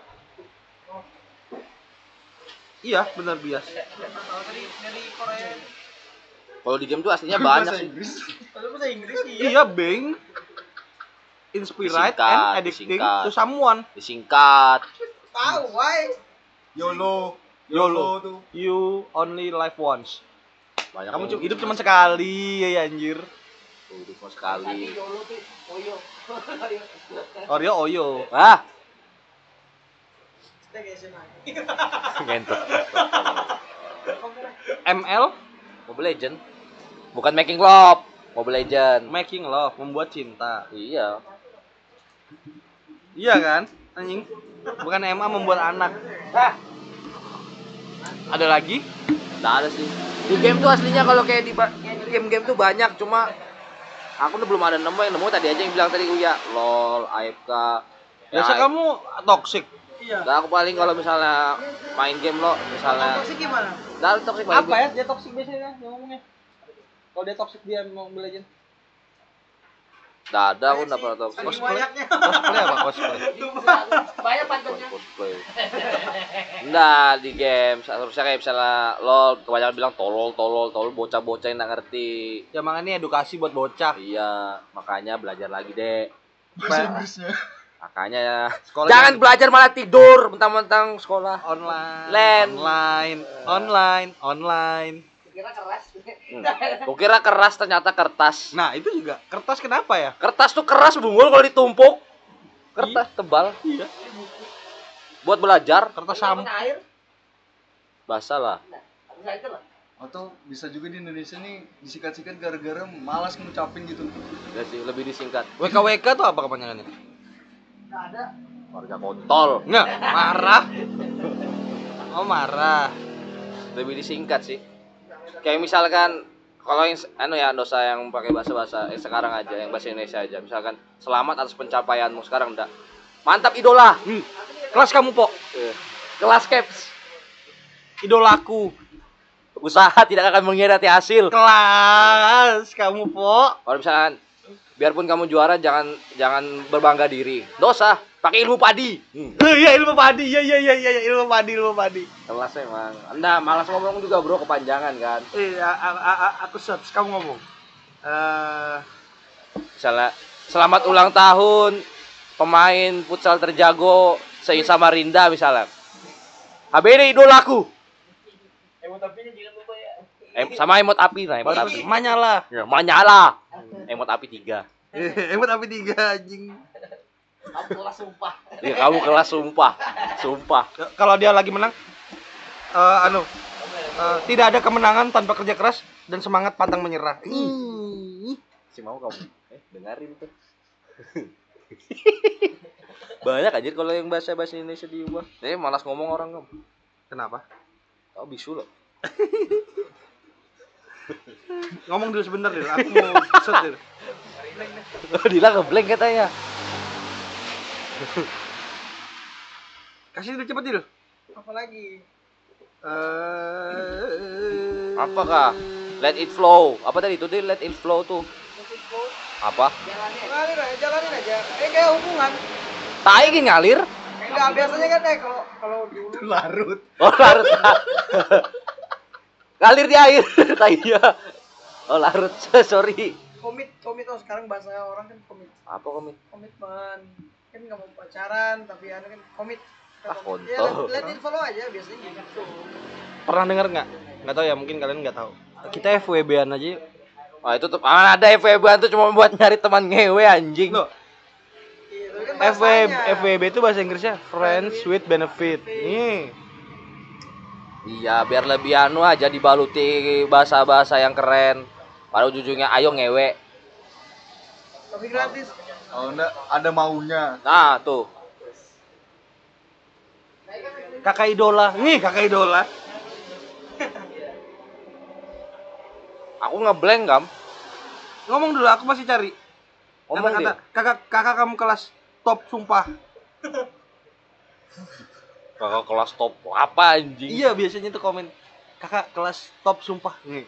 Iya, benar bias. Tahu tadi dari Korea. Kalau di game tuh aslinya banyak Bahasa sih. Inggris. Kalau bahasa Inggris iya. Iya, being inspired Disingkat, and addicting disingkat. to someone. Disingkat. Tahu, why? YOLO. YOLO. tuh. You only live once. Banyak Kamu yang hidup cuma sekali ya anjir. hidup cuma sekali. Oreo Oyo. Ah, Staycation aja. ngentot. ML Mobile Legend. Bukan making love, Mobile Legend. making love, membuat cinta. Iya. Iya kan? Anjing. Bukan MA membuat anak. Ada lagi? Nggak ada sih. Di game tuh aslinya kalau kayak di game-game tuh banyak, cuma aku tuh belum ada yang nemu tadi aja yang bilang tadi Uya, LOL, AFK. Biasa Ya, kamu toxic. Iya. Nggak, aku paling kalau misalnya main game lo, misalnya Toxic gimana? nggak toxic main Apa game. ya dia toxic biasanya yang ngomongnya? Kalau dia toxic dia mau Mobile Legends. Nggak ada, aku nggak pernah toxic. Saking banyaknya. Cosplay apa cosplay? Banyak pantatnya. Cosplay. Nggak, di game harusnya kayak misalnya LOL kebanyakan bilang tolol, bocah-bocah yang nggak ngerti. Ya makanya edukasi buat bocah. Iya, makanya belajar lagi deh. Bahasa Inggrisnya. Makanya ya. Sekolah Jangan belajar malah tidur mentang-mentang sekolah. online. Online. Kukira keras ternyata kertas. Nah, itu juga kertas kenapa ya? Kertas tuh keras bungul kalau ditumpuk. Kertas tebal. Iya. Buat belajar. Kertas sam. Basah lah. Atau bisa juga di Indonesia nih disikat-sikat gara-gara malas ngucapin gitu. Ya sih, lebih disingkat. WKWK tuh apa kepanjangannya? Warga kontol. Nggak, marah. Oh, marah. Lebih disingkat sih. Kayak misalkan kalau yang dosa yang pakai bahasa sekarang aja, yang bahasa Indonesia aja. Misalkan selamat atas pencapaianmu sekarang enggak. Mantap idola. Kelas kamu, Po. Kelas caps. Idolaku. Usaha tidak akan mengkhianati hasil. Kelas kamu, Po. Kalau misalkan biarpun kamu juara jangan berbangga diri. Dosa, pakai ilmu padi. Iya, ilmu padi. Iya, ilmu padi. Kelas emang. Anda malas ngomong juga, Bro, kepanjangan kan. Aku search kamu ngomong. Misalnya selamat ulang tahun pemain futsal terjago se-Samarinda misalnya. HBD idolaku. Emot apinya jangan lupa ya. Sama emot api, nah emot api. Manyala. Ya, Manyala. Emot api 3. Emot api 3 anjing. Kamu kelas sumpah. Ya, kamu kelas sumpah. Sumpah. Kalau dia lagi menang tidak ada kemenangan tanpa kerja keras dan semangat pantang menyerah. Si mau kamu. Dengerin tuh. Banyak aja kalau yang bahasa Indonesia diubah. Malas ngomong orang kamu. Kenapa? Kau bisu loh. Ngomong dulu sebentar deh, aku mau search dulu. Dila ngeblank katanya. Kasih dulu cepet dulu. Apa lagi? Apakah? Let it flow. Apa tadi itu let it flow tuh? Apa? Jalanin aja. Kayak hubungan. Tai ki ngalir. Enggak, biasanya kan kalau dulu Larut. Oh, larut. Ngalir di air. Tainya. Oh, larut. Sorry. komit sekarang bahasa orang kan komit. Apa komit? Komitmen. Kan nggak mau pacaran tapi kan komit. Kontol. Ya, let it follow aja biasanya gitu. Pernah dengar nggak? Nggak tahu ya, mungkin kalian nggak tahu. Kita FWB-an aja yuk. Wah, itu tuh ada FWB tuh cuma buat nyari teman ngewe anjing. Loh, Iya, tapi kan bahasanya. FWB itu bahasa Inggrisnya Friends with Benefit. Nih. Iya, biar lebih anu aja dibaluti bahasa-bahasa yang keren. Pada ujung-ujungnya ayo ngewe. Tapi gratis. Oh enggak, ada maunya. Nah, tuh. Kakak idola. Nih, kakak idola. Aku ngeblank, Gam. Ngomong dulu, aku masih cari. Ngomong Kata-kata kakak kamu kelas top sumpah. Kakak kelas top apa anjing? Iya, biasanya tuh komen kakak kelas top sumpah. Nih.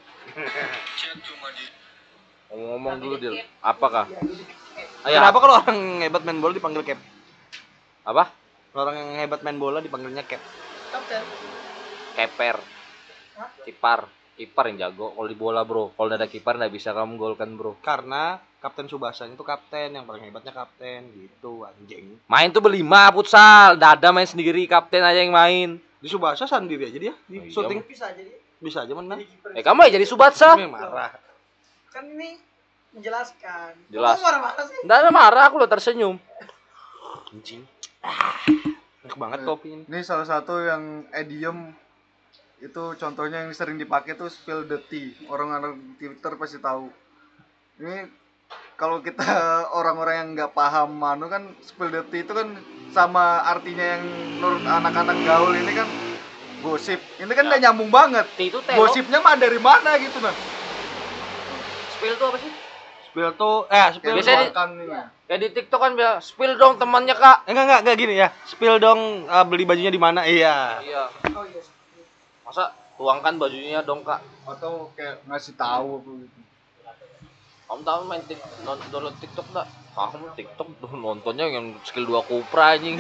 Ngomong dulu, Dil. Apakah? Kenapa kalau orang yang hebat main bola dipanggil cap? Apa? Orang yang hebat main bola dipanggilnya cap. Kapten. Keper. Kiper yang jago kalau di bola, Bro. Kalau ada kiper enggak bisa kamu golkan, Bro. Karena Kapten Subasanya itu kapten, yang paling hebatnya kapten gitu anjing. Main tuh berlima futsal, Dada main sendiri, kapten aja yang main. Di Subasa sendiri aja dia di Oh, iya. syuting Bisa jadi. bisa aja menang. Kamu ya jadi Subatsa. Ini marah. Kan ini menjelaskan. Jelas. Kamu marah-marah sih? Enggak ada marah, aku lo tersenyum. Anjing. Enak banget kopi ini. Ini salah satu yang idiom itu contohnya yang sering dipakai tuh spill the tea. Orang-orang Twitter pasti tahu. Ini kalau kita orang-orang yang nggak paham manu kan spill the tea itu kan sama artinya yang menurut anak-anak gaul ini kan gosip. Ini kan udah nyambung banget. Itu teh. Gosipnya mah dari mana gitu nah. Spill tuh apa sih? Spill tuh spill. Biasanya di- Makan ini. Kayak di TikTok kan bilang, spill dong temannya, Kak. Enggak gini ya. Spill dong beli bajunya di mana? Iya. Iya. Oh iya. Masa tuangkan bajunya dong, Kak. Atau kayak ngasih tahu apa gitu. Kamu tahu main download TikTok enggak? Kamu TikTok nontonnya yang skill 2 Cupra anjing.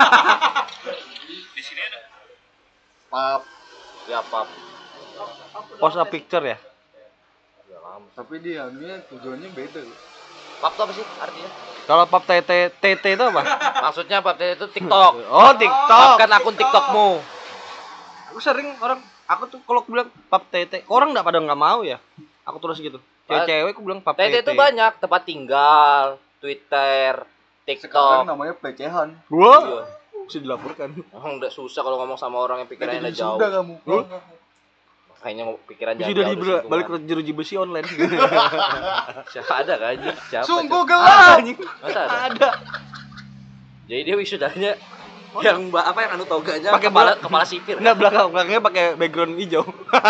Pap. Ya, Pap. Post a picture ya. Ya lama. Tapi dia ini tujuannya beda. Pap tuh apa sih artinya? Kalau pap TT itu apa? Maksudnya Pap itu TikTok. Oh, TikTok. Kan akun TikTokmu. Aku sering aku tuh kalau aku bilang pap TT, orang enggak pada nggak mau ya. Aku tulis gitu. Cewek-cewek aku bilang pap TT. TT itu banyak, tempat tinggal, Twitter, Sekarang TikTok. namanya pelecehan. Wah. Iya. Bisa dilaporkan. Udah susah kalau ngomong sama orang yang pikirannya udah jauh. Sudah kamu. Kayaknya pikiran Sudah jauh. balik ke jeruji besi online. Siapa ada kan? Siapa? Sungguh coba? gelap. Masa ada? Ada. Jadi dia wisudanya yang apa yang anu toganya Pakai kepala sipir. Enggak, belakangnya pakai background hijau.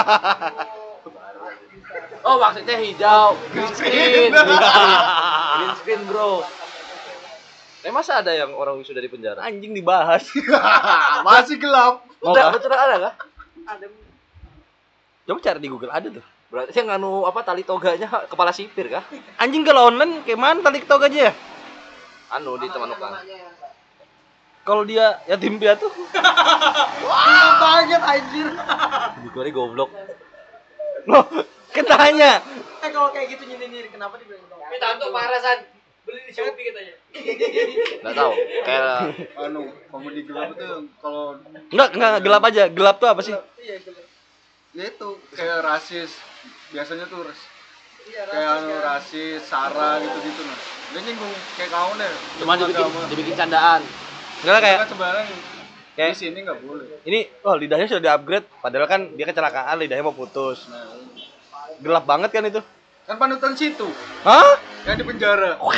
Oh, maksudnya hijau, green screen. Green screen, Bro. Masa ada yang orang wisuda di penjara? Anjing dibahas. Masih gelap. Mau Udah, kah? betul ada kah? Ada. Coba cari di Google ada tuh. Berarti yang anu apa tali toganya kepala sipir kah? Anjing kalau online kayak mana tadi TikTok aja ya? Anu di Temanukan. Kalau dia yatim piatu. Wah, banget anjir. Dikori goblok. Loh, ketanya. Kalau kayak gitu nyindir kenapa dibilang dong? Minta untuk parasan. Beli di Shopee katanya. Enggak tahu. Kayak Anu, komedi gelap itu kalau Enggak gelap aja. Gelap tuh apa sih? Iya, bener. ya itu kayak rasis. Biasanya tuh Iya, kayak rasis anu kan. rasis, sara gitu-gitu nah. Dia nyinggung kayak kau deh. cuma dibikin candaan. Enggak lah, kayak Kan sebenarnya kayak di sini nggak boleh. ini lidahnya sudah di-upgrade padahal kan dia kecelakaan lidahnya mau putus. Nah, Gelap banget kan itu. kan panutan situ Hah? yang di penjara. Oh,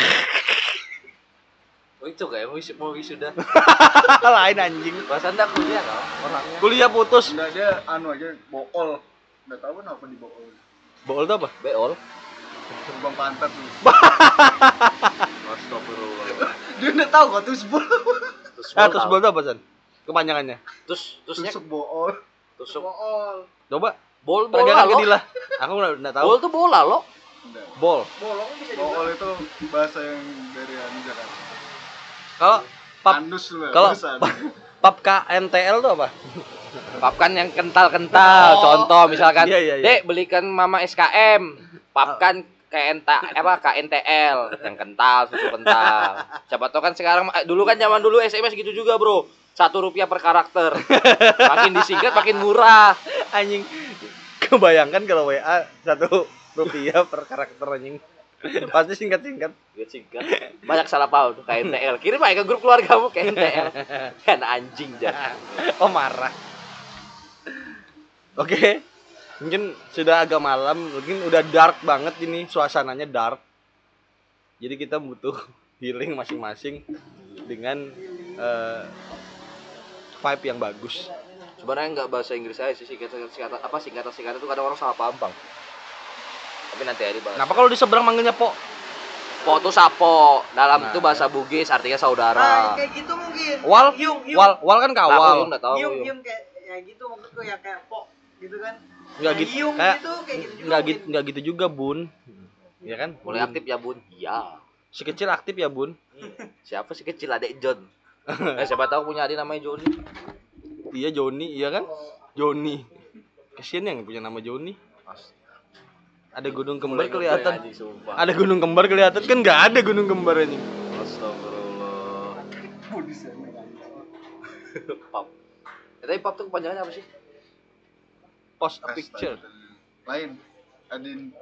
itu kayak mau wisuda. Lain anjing. Bahasa Anda kuliah kau orangnya. Kuliah putus. Enggak dia anu aja bool. Enggak tahu kenapa di bool. Bool tuh apa? Beol. Terbang pantat tuh. Astagfirullah. Dia enggak tahu kok tuh sebol. Terus bool tuh apa, San? Kepanjangannya. Terusnya Tusuk bool. tusuk. Bool. Coba Bola peragakan ke lo. Dila. Aku enggak tahu. Bol tuh bola lo. Enggak. Bol. Bolong bisa Bool itu bahasa yang dari anu Jakarta. Kalau pap Andus lu. kalau bahasa. pap KNTL tuh apa? Papkan yang kental-kental. Contoh misalkan, Iya. Dek belikan Mama SKM. Papkan KNTL yang kental, susu kental. Siapa tahu kan sekarang dulu kan zaman dulu SMS gitu juga, Bro. Rp1 per karakter. Makin disingkat makin murah. Anjing. Kebayangkan kalau WA 1 rupiah per karakter anjing. Pasti singkat-singkat. Singkat. Banyak salah paham tuh KNTL. Kirim aja ke grup keluargamu KNTL. Kan anjing dah. Oh marah. Oke. Mungkin sudah agak malam, mungkin udah dark banget ini, suasananya dark. Jadi kita butuh healing masing-masing dengan vibe yang bagus. Sebenarnya nggak bahasa Inggris aja sih singkatan itu kadang orang salah paham bang. Tapi nanti aja dibahas. Kenapa kalau di seberang manggilnya Po? Po itu sapo, dalam Nah, itu bahasa Bugis artinya saudara. Nah, kayak gitu mungkin. Wal, Yung, wal kan Lah, aku kawal. nggak tahu. yung kayak ya gitu maksudku ya kayak pok gitu kan. Nggak Nah, gitu. yung Kayak gitu kayak gitu juga. nggak gitu juga, Bun. Ya kan? Mulai Bun. aktif ya bun? Iya. Si kecil aktif ya, Bun. Siapa sih kecil adek John? Siapa tahu punya adik namanya Joni. Iya Joni, iya kan? Joni. Kasian yang punya nama Joni. Ada gunung kembar kelihatan. Ada gunung kembar kelihatan kan nggak ada gunung kembar ini. Astagfirullah. Pap. Tapi pap tuh kepanjangannya apa sih? Post a picture. Lain. Adin.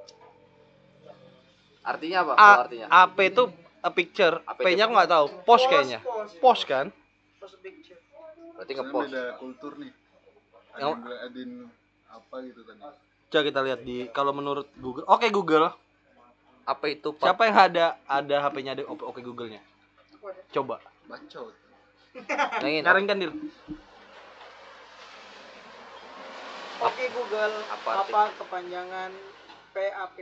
Artinya apa? Kalau artinya? AP itu a picture. AP P-nya aku nggak tahu. Post kayaknya. Post kan? Post picture. Berarti Soalnya ngepost. beda kultur nih. Ada Yang- yang bilang Adin apa gitu tadi. Coba kita lihat di kalau menurut Google. Oke Google. Apa itu pap? Siapa yang ada HP-nya ada oke Google-nya? Coba. Bacot. Nengin. Sekarang kan Dil. Oke Google, Apa apa kepanjangan PAP?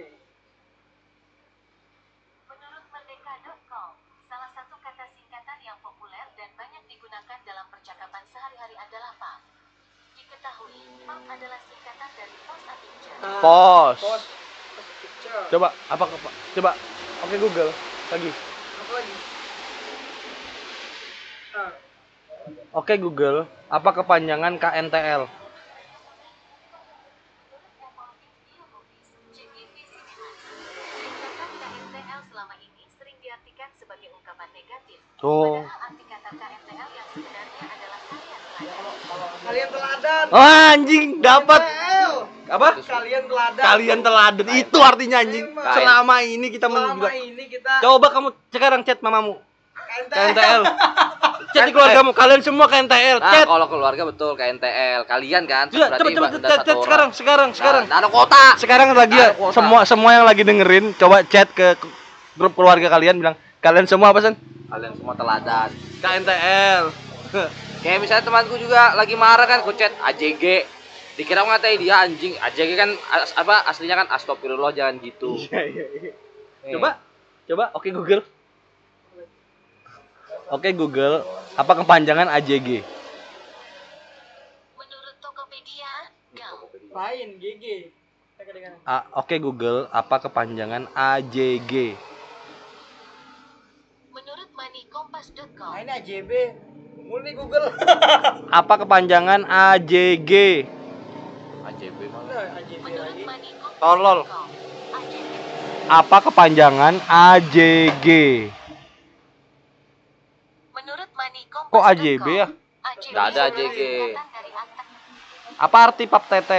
Menurut Merdeka.com, salah satu kata singkatan yang populer dan banyak digunakan dalam percakapan sehari-hari adalah PAP. Diketahui, PAP adalah singkatan dari Post a Picture. Nah, Post. Post picture. Coba coba oke Google lagi. Apa lagi? Ah, Oke Google, apa kepanjangan KNTL? Singkatan KNTL selama ini sering diartikan sebagai ungkapan negatif. Oh. Padahal arti kata KNTL yang sebenarnya adalah kalian teladan. kalian teladan. Oh, anjing dapat. KNTL. Apa? Kalian teladan. Kalian teladan. Itu artinya anjing. Emang. Selama ini kita Selama menjual. ini kita Coba kamu sekarang chat mamamu. KNTL. KNTL. Chat di keluargamu. Kalian semua KNTL. Nah, Chat. kalau keluarga betul KNTL. Kalian kan? Coba Berarti coba udah chat satu orang. sekarang. Nah, ada kota. Sekarang lagi ya, Ada kuota. semua yang lagi dengerin coba chat ke grup keluarga kalian bilang kalian semua apa San? Kalian semua teladan. KNTL. Kayak misalnya temanku juga lagi marah kan, ku chat AJG. Dikira ngatain dia anjing. AJG kan aslinya kan astagfirullah jangan gitu. Iya. Nih. Coba oke Google. Oke Google, apa kepanjangan AJG? Menurut Tokopedia, GAM. lain GG. Kadang-kadang. Oke Google, apa kepanjangan AJG? Menurut moneykompas.com, Nah, ini AJB. Mulai Google. Apa kepanjangan AJG? AJB mana? Nah, AJB menurut lagi. moneykompas.com, Tolol. AJB. Apa kepanjangan AJG? Menurut moneykompas.com, Kok AJB ya? AJB Nggak ada adalah AJG. singkatan dari akta. Apa arti pap tete?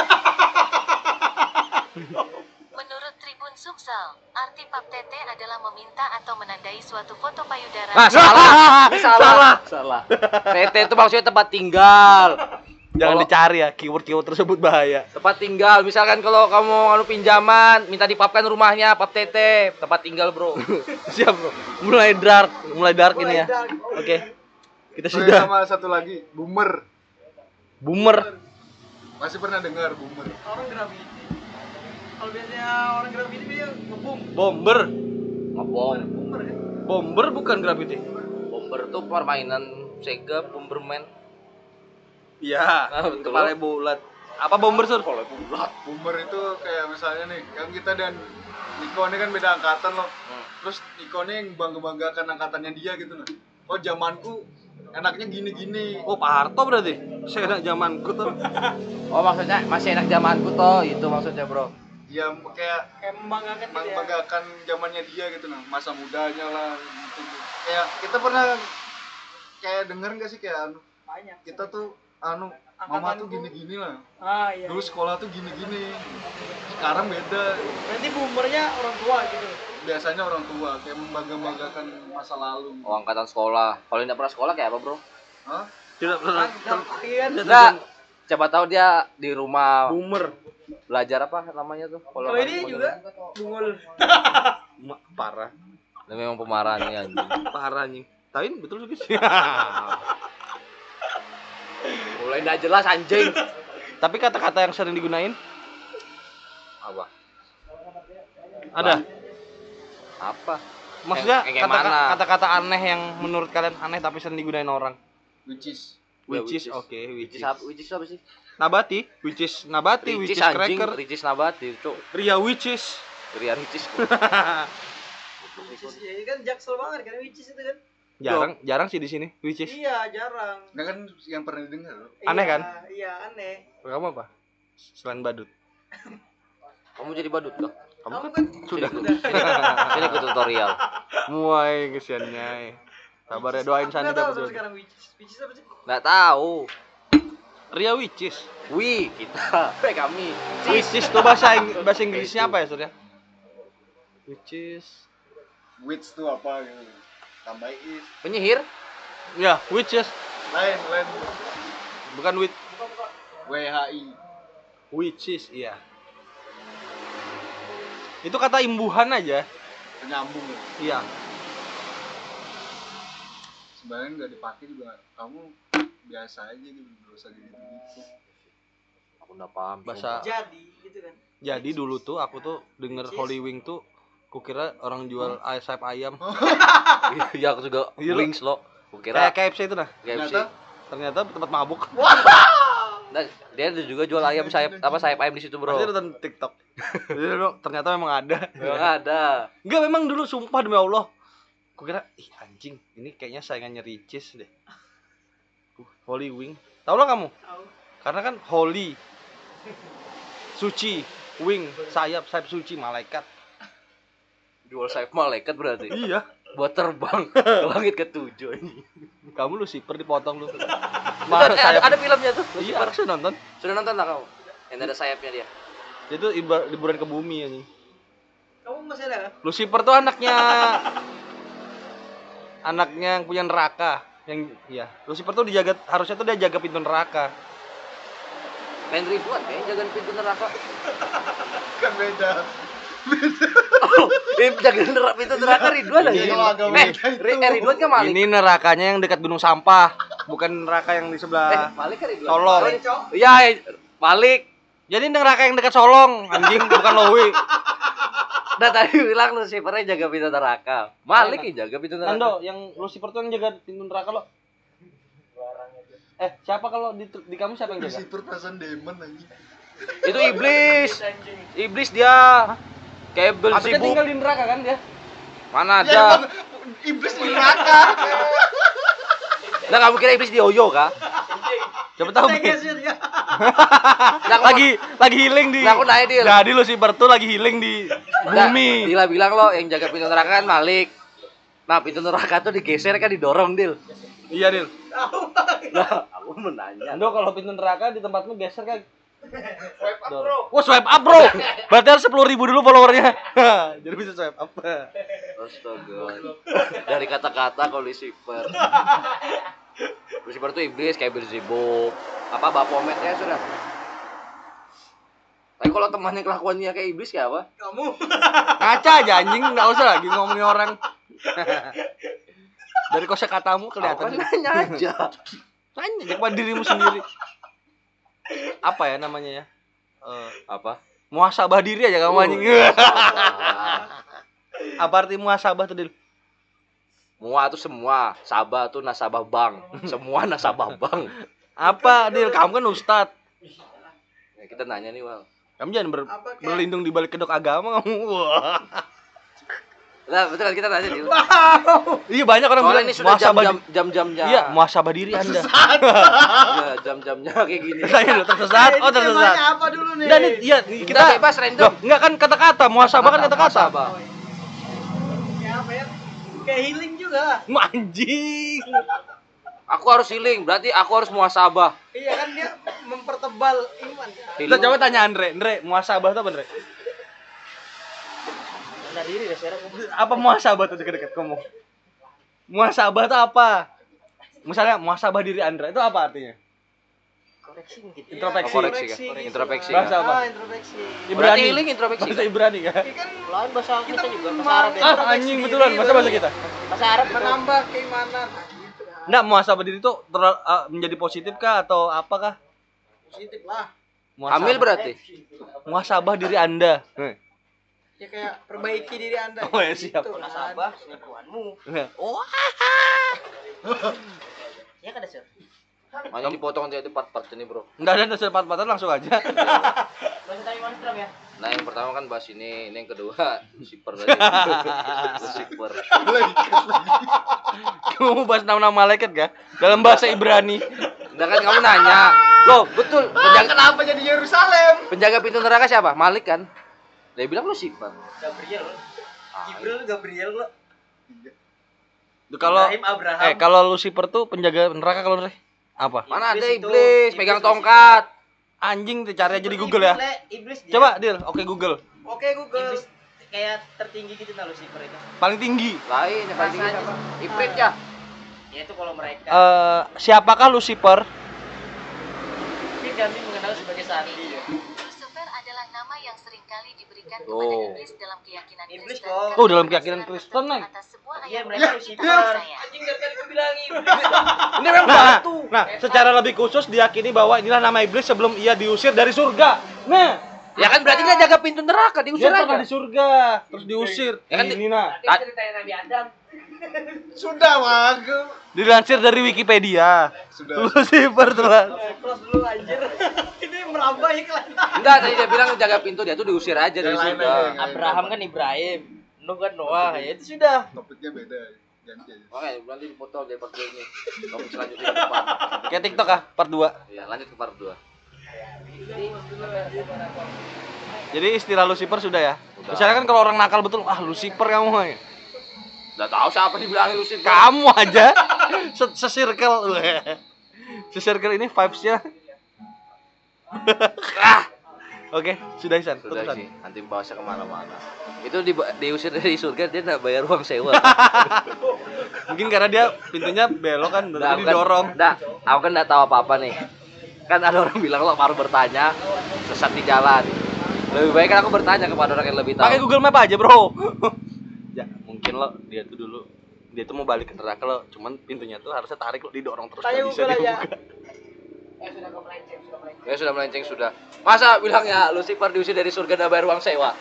Menurut Tribun Sumsel, arti pap tete adalah meminta atau menandai suatu foto payudara. Ah, salah. Ini salah. TT itu maksudnya tempat tinggal. Jangan Kalau- dicari ya, keyword tersebut bahaya. Tempat tinggal. Misalkan kalau kamu pinjaman, minta dipapkan rumahnya, pap TT, tempat tinggal, Bro. Siap bro. Mulai dark ini ya. Oke. Kita Terus sudah sama satu lagi, boomer. boomer. Masih pernah dengar boomer? Orang gravity. Kalau biasanya orang gravity dia ngebum. Bomber. Ngebom. Boomer kan. Bomber bukan gravity. Bomber tuh permainan Sega, Bomberman. Iya. betul. Kepala bulat. Apa bomber sur? Kalau bulat. Boomer itu kayak misalnya nih, kan kita dan Niko ini kan beda angkatan loh. Terus Niko ini yang bangga-banggakan angkatannya dia gitu loh. Oh zamanku enaknya gini-gini. Oh Pak Harto berarti. Saya enak zamanku tuh. Oh, maksudnya masih enak zamanku toh, itu maksudnya, Bro. Ya kayak Kayak membanggakan gitu ya. membanggakan zamannya dia gitu loh, masa mudanya lah gitu. Kayak kita pernah kayak denger nggak sih kayak anu, Banyak. kita tuh anu mama tuh angkatanku. gini-gini lah. Ah iya. Dulu sekolah tuh gini-gini. Sekarang beda. Berarti boomernya orang tua gitu. Biasanya orang tua kayak membangga-banggakan masa lalu. Oh, angkatan sekolah. Kalau tidak pernah sekolah kayak apa, Bro? Hah? Tidak pernah Kan Enggak. Coba tahu dia di rumah boomer. belajar apa namanya tuh? kalau ini juga bungul. Parah. Dia memang pemarah nih anjing. Parah anjing. Tapi betul juga sih. Mulai enggak jelas anjing. Tapi kata-kata yang sering digunain Apa? ada. Apa? Maksudnya Yang mana? kata-kata aneh yang menurut kalian aneh tapi sering digunain orang. Which is Which which is is. oke, which is Which is apa sih? Nabati, which is Nabati, which is anjing, Cracker, Ricis Nabati, cuk. Ria which is. Ria Ricis. Ya ini kan jaksel banget kan which is itu kan. Jarang sih di sini, which is. Iya, jarang. nah kan yang pernah didengar. Aneh kan? Iya, aneh. Kamu apa? Selain badut. Kamu jadi badut kah? Kamu Kamu kan kan sudah. Ini ikut tutorial. Muai kesiannya. Sabar ya, doain Sandi Nggak tahu dapat sampai jodoh. sekarang which is apa sih? Enggak tahu. Ria which is. Wih, kita. Kami. Which is tuh bahasa Inggrisnya apa ya, Surya? Which is. Which tuh apa gitu. Tambah is. Penyihir. Ya, which is. Lain. Bukan WHI. which is, iya. Itu kata imbuhan aja. Penyambung. Iya. Sebenarnya nggak dipakai juga kamu biasa aja gitu, nggak usah gitu. Aku enggak paham. Bahasa. Jadi gitu kan. Jadi dulu tuh aku tuh denger Which is? Holy Wing tuh kukira orang jual sayap ayam. Iya, aku juga Iya, lo. wings lo. Kukira Kayak KFC itu nah. KFC. Ternyata tempat mabuk. Nah, dia juga jual ayam sayap ayam di situ, Bro. Pasti nonton TikTok. Jadi dulu ternyata memang ada. Memang ada. Enggak, memang dulu sumpah demi Allah. Kukira, ih anjing, ini kayaknya saingannya Ricis deh. Holy Wing. Tahu lah kamu? Tahu. Karena kan holy, suci, wing, sayap suci, malaikat. Jual sayap malaikat berarti. Iya. Buat terbang ke langit ketujuh ini. Kamu Lucifer dipotong lu. Ada filmnya tuh. Iya, aku sudah nonton. Sudah nonton lah kamu? Yang ada sayapnya dia. Itu liburan ke bumi anjing. Kamu masih ada? Lucifer tuh anaknya yang punya neraka. Yang iya, Lucifer tuh harusnya tuh dia jaga pintu neraka. Main Ridwan kayaknya jaga pintu neraka. Kan beda. Jaga pintu neraka Ridwan aja. Iya, agak beda itu. Ridwan kan Malik. Ini nerakanya yang dekat gunung sampah, bukan neraka yang di sebelah Malik kan Ridwan. Solong. Iya, Malik. Jadi neraka yang dekat Solong, anjing, bukan Lowi. Nah tadi bilang Lucifernya jaga pintu neraka. Malik yang jaga pintu neraka. Nando, yang Lucifer tuh yang jaga pintu neraka lo. Siapa kalau di kamu siapa yang jaga? Lucifer perasaan demon aja. Itu iblis. Iblis dia. Kayak Tapi kan Beelzebub. tinggal di neraka kan dia? Mana Ya, emang ada? iblis di neraka. Nah kamu kira iblis di Oyo kah? Coba tahu. Tegas ya. lagi healing di. Nah, aku nanya dia. Jadi Lucifer tuh lagi healing di bumi. Dila bilang lo yang jaga pintu neraka kan Malik. Nah pintu neraka tuh digeser kan didorong Dil. Iya, Dil. Nah aku menanya. Nando kalau pintu neraka di tempatmu geser kan. Swipe up, bro. Wah, swipe up, Bro. Berarti harus 10.000 dulu followernya. Jadi bisa swipe up. Astaga. Dari kata-kata kalau Lucifer. Lucifer tuh iblis kayak Beelzebub. Apa Baphomet ya sudah. Tapi kalau temannya kelakuannya kayak iblis kayak apa? Kamu. Ngaca aja anjing, enggak usah lagi ngomongin orang. Dari kosakatamu Aku kan kelihatan. nanya aja. Tanya kepada dirimu sendiri. Apa ya namanya ya? Apa? Muhasabah diri aja kamu anjing. Ah. Apa arti muhasabah tuh, Dil? Mua tuh semua, sabah tuh nasabah bank. Semua nasabah bank. Apa, Dil? Kamu kan ustad. Ya, kita nanya nih, Wal. Kamu jangan Apa kayak- berlindung di balik kedok agama kamu. Wah. Lah, betul kan kita nanya nih. Iya, banyak orang Soalnya bilang ini sudah muhasabah jam-jamnya. Iya, muhasabah diri Anda. Ya, jam-jamnya kayak gini. Saya lo tersesat. Oh, tersesat. Temanya apa dulu nih? Dan iya Kita kita bebas random. Loh, enggak kan kata-kata, muhasabah kan kata-kata. Muhasabah. Kayak apa ya? Kayak healing juga. Anjing. Aku harus healing, berarti aku harus muhasabah. Iya kan dia mempertebal iman. Kita coba tanya Andre muhasabah itu apa Andre? Sadar diri deh sekarang. Apa muhasabah tuh deket-deket kamu? Muhasabah itu apa? Misalnya muhasabah diri Andre itu apa artinya? Koreksi gitu. Introspeksi. Koreksi kan? Introspeksi. Bahasa Kan? apa? Introspeksi. Berarti healing introspeksi. Bahasa Ibrani kan? Ini kan lain bahasa kita juga bahasa Arab ya. Ah anjing betulan bahasa kita. Bahasa Arab menambah keimanan. Nah, gitu kan. Enggak, muhasabah diri itu menjadi positif kah atau apakah? Positif lah. Hamil berarti. Muhasabah diri Anda. Ya kayak perbaiki diri Anda. Oh ya siap. Itu nasabah selingkuhanmu. Oh, Ya kan Sir. Makanya dipotong aja itu part-part ini, Bro. enggak ada sepat-patan langsung aja. Bahasa tadi monstrum ya. Nah, yang pertama kan bahas ini yang kedua Lucifer tadi. Lucifer. Kamu bahas nama-nama malaikat gak? Dalam bahasa Ibrani. Udah kan kamu nanya. Loh, betul. Kenapa jadi Yerusalem? Penjaga pintu neraka siapa? Malik kan? Dia bilang Lucifer. Gabriel. Gabriel lo. Kalau Abraham. kalau Lucifer tuh penjaga neraka kalau Andre apa? Mana ada Iblis itu. iblis pegang Iblis tongkat. Anjing tuh cari aja di Google ya. Iblis dia. Coba Dil, oke Google. Oke Google. Iblis kayak tertinggi gitu nah Lucifer itu. Paling tinggi. Lain yang paling tinggi Rasanya. siapa? Ifrit ya. Ya itu kalau mereka. Siapakah Lucifer? Mungkin kami mengenal sebagai Sandi ya. Lucifer adalah nama yang seringkali diberikan kepada Oh. iblis dalam keyakinan Iblis Kristen. kok. karena Oh, dalam keyakinan berdasarkan Kristen, Neng. atas sebuah Iya ayat mereka Alkitab Lucifer. percaya. Anjing dari tadi gue bilang iblis. Ini memang batu. Nah, secara lebih khusus diyakini bahwa inilah nama iblis sebelum ia diusir dari surga. Nah, Ya kan berarti dia jaga pintu neraka, diusir dia pernah aja. di surga, terus diusir. Ya kan ini nah. Ceritanya Nabi Adam. Sudah, Wagu. Dilansir dari Wikipedia. Sudah. Lucifer telah. Close dulu anjir. Ini merambah iklan. Enggak, tadi dia bilang jaga pintu, dia tuh diusir aja dari Yang lain surga. aja, yang Abraham kan Ibrahim. Nuh kan Noah. Ya itu sudah. Topiknya beda. Ganti aja. Oke, nanti dipotong dari part 2 ini. Topik selanjutnya ke depan. Kayak TikTok ah, part 2. Iya, lanjut ke part 2. Jadi istilah Lucifer sudah ya. Udah. Misalnya kan kalau orang nakal betul, ah Lucifer kamu ya. Udah tahu siapa dibilangin Lucifer. Kamu aja sesirkel. Sesirkel ini vibes-nya. Oke, sudah Isan. Sudah Tutupan. sih, nanti bahasnya kemana-mana. Itu diusir dari surga, dia nggak bayar uang sewa. Mungkin karena dia pintunya belok kan, berarti didorong. Aku kan nggak tahu apa-apa nih. Kan ada orang bilang lo baru bertanya sesat di jalan. Lebih baik kan aku bertanya kepada orang yang lebih tahu. Pakai Google Map aja, Bro. Ya, mungkin lo dia tuh dulu dia tuh mau balik ke neraka lo, cuman pintunya tuh harusnya tarik lo didorong terus Tanya nggak bisa Google aja. dibuka. Ya sudah melenceng sudah. Masa bilangnya Lucifer diusir dari surga dan bayar uang sewa?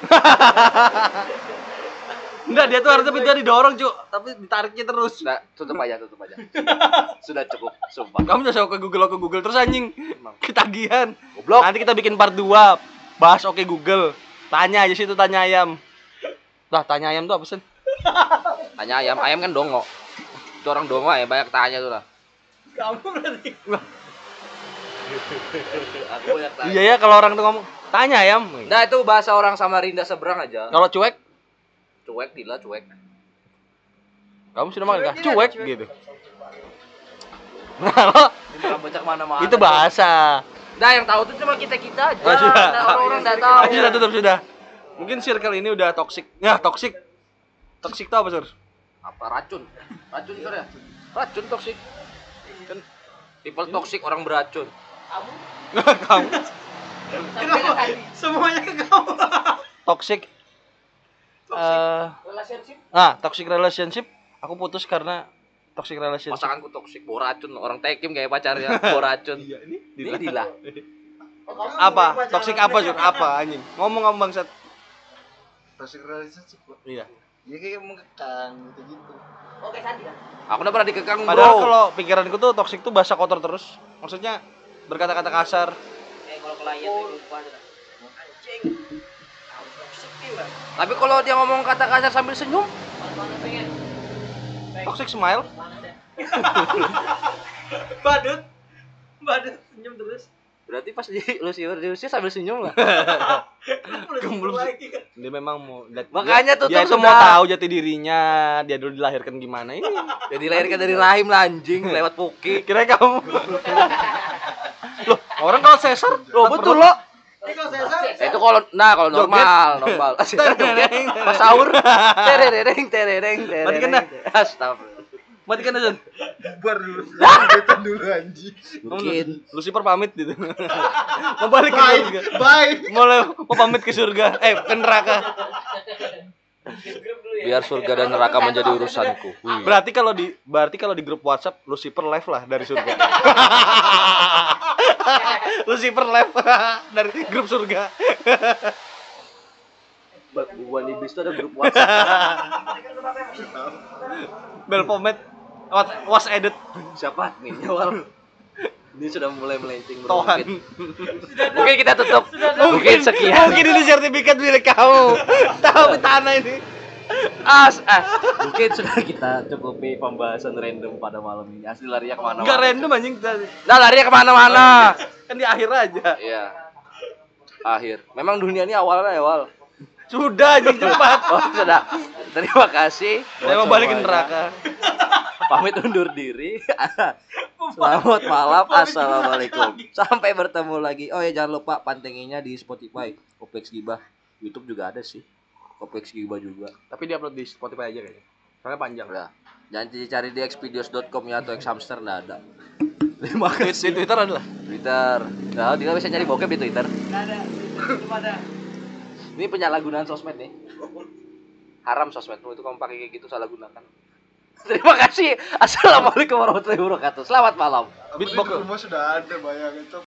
Enggak, dia tuh harusnya pintunya didorong, Cuk, tapi ditariknya terus. Sudah, tutup aja. Sudah cukup, sumpah. Kamu udah ke Google terus anjing. Ketagihan. Goblok. Nanti kita bikin part 2. Bahas oke Google. Tanya aja situ tanya ayam. Lah, tanya ayam tuh apa sih? Tanya ayam kan dongo. Itu orang dongo ya banyak tanya tuh lah. Kamu berarti. Aku banyak tanya. Iya ya kalau orang tuh ngomong tanya ayam. Nah, itu bahasa orang Samarinda seberang aja. Kalau cuek, Cuek, Dila, cuek. kamu sudah makan kah? Cuek, Cuek cuek. gitu. Nah, lo, Ini bukan baca kemana-mana. itu bahasa. Nah, yang tahu tuh cuma kita-kita aja. Oh, sudah. Nah, orang-orang nggak tahu. Sudah tutup sudah. Mungkin circle ini udah toxic. Ya, toxic. Toxic itu apa, Sur? Apa racun? Racun itu ya? Racun toksik. Kan people toksik orang beracun. Kamu Kenapa? Semuanya ke kamu. toxic. Relationship. Toxic relationship. Aku putus karena toxic relationship. Pasanganku toksik, bawa racun. Orang tekim kayak pacarnya, bawa racun. Iya, ini Ini Dila. apa? Toxic apa, Sur? Apa anjing? Ngomong bangsat. Toxic relationship. Iya. Ya kayak mengekang gitu-gitu. Oke Sandi kan. Aku udah pernah dikekang, bro. Padahal kalau pikiranku tuh toxic tuh bahasa kotor terus. Maksudnya berkata-kata kasar. Kalau klien tuh lupa aja. Anjing. Toxic juga. Tapi kalau dia ngomong kata kasar sambil senyum, Mana pengen? Toxic smile. Badut. Badut senyum terus. Berarti pas diusir sambil senyum lah. Gemblung. Dia memang mau Makanya tuh dia tuh itu mau sudah. tahu jati dirinya, dia dulu dilahirkan gimana ini. Jadi dilahirkan dari rahim lah anjing lewat puki. Kira kamu. Loh, orang kalau sesar, Loh betul lo. Ini kalau saya Itu kalau normal. Pas sahur. Terereng. Berarti kan dah. Astagfirullah. Matikan aja. Bubar dulu. Beton dulu anjing. Mungkin Lucifer pamit gitu. Mau balik ke Bye. surga. Bye. Mau pamit ke surga. Ke neraka. biar surga dan neraka menjadi urusanku. Berarti kalau di grup WhatsApp Lucifer live lah dari surga. Lucifer live dari grup surga. Buan iblis itu ada grup WhatsApp. Belpomet was edit Siapa nih? Awal. Ini sudah mulai melenceng bro. Tohan. Mungkin kita tutup. Mungkin sekian. Mungkin ini sertifikat milik kamu. Tahu tanah ini. Mungkin sudah kita cukupi pembahasan random pada malam ini. Asli larinya kemana-mana. Enggak random anjing tadi. Nah larinya kemana-mana. Kan di akhir aja. Iya. Akhir. Memang dunia ini awalnya awal. Sudah anjing cepat. Oh sudah. Terima kasih. Saya mau balik ke neraka. Pamit undur diri. Selamat malam. Assalamualaikum. Sampai bertemu lagi. Oh ya jangan lupa pantenginya di Spotify. Kopex Gibah. YouTube juga ada sih. Kopex Gibah juga. Tapi di upload di Spotify aja kayaknya. Soalnya panjang. Udah. Jangan dicari di xvideos.com ya atau xhamster enggak ada. Terima kasih. Di Twitter adalah Twitter. Nah, dia bisa nyari bokep di Twitter. Nggak ada. Belum ada. Ini penyalahgunaan sosmed nih. Haram sosmedmu itu kamu pakai kayak gitu salah gunakan. Terima kasih. Assalamualaikum warahmatullahi wabarakatuh. Selamat malam. Beatbox rumah sudah ada bayangin.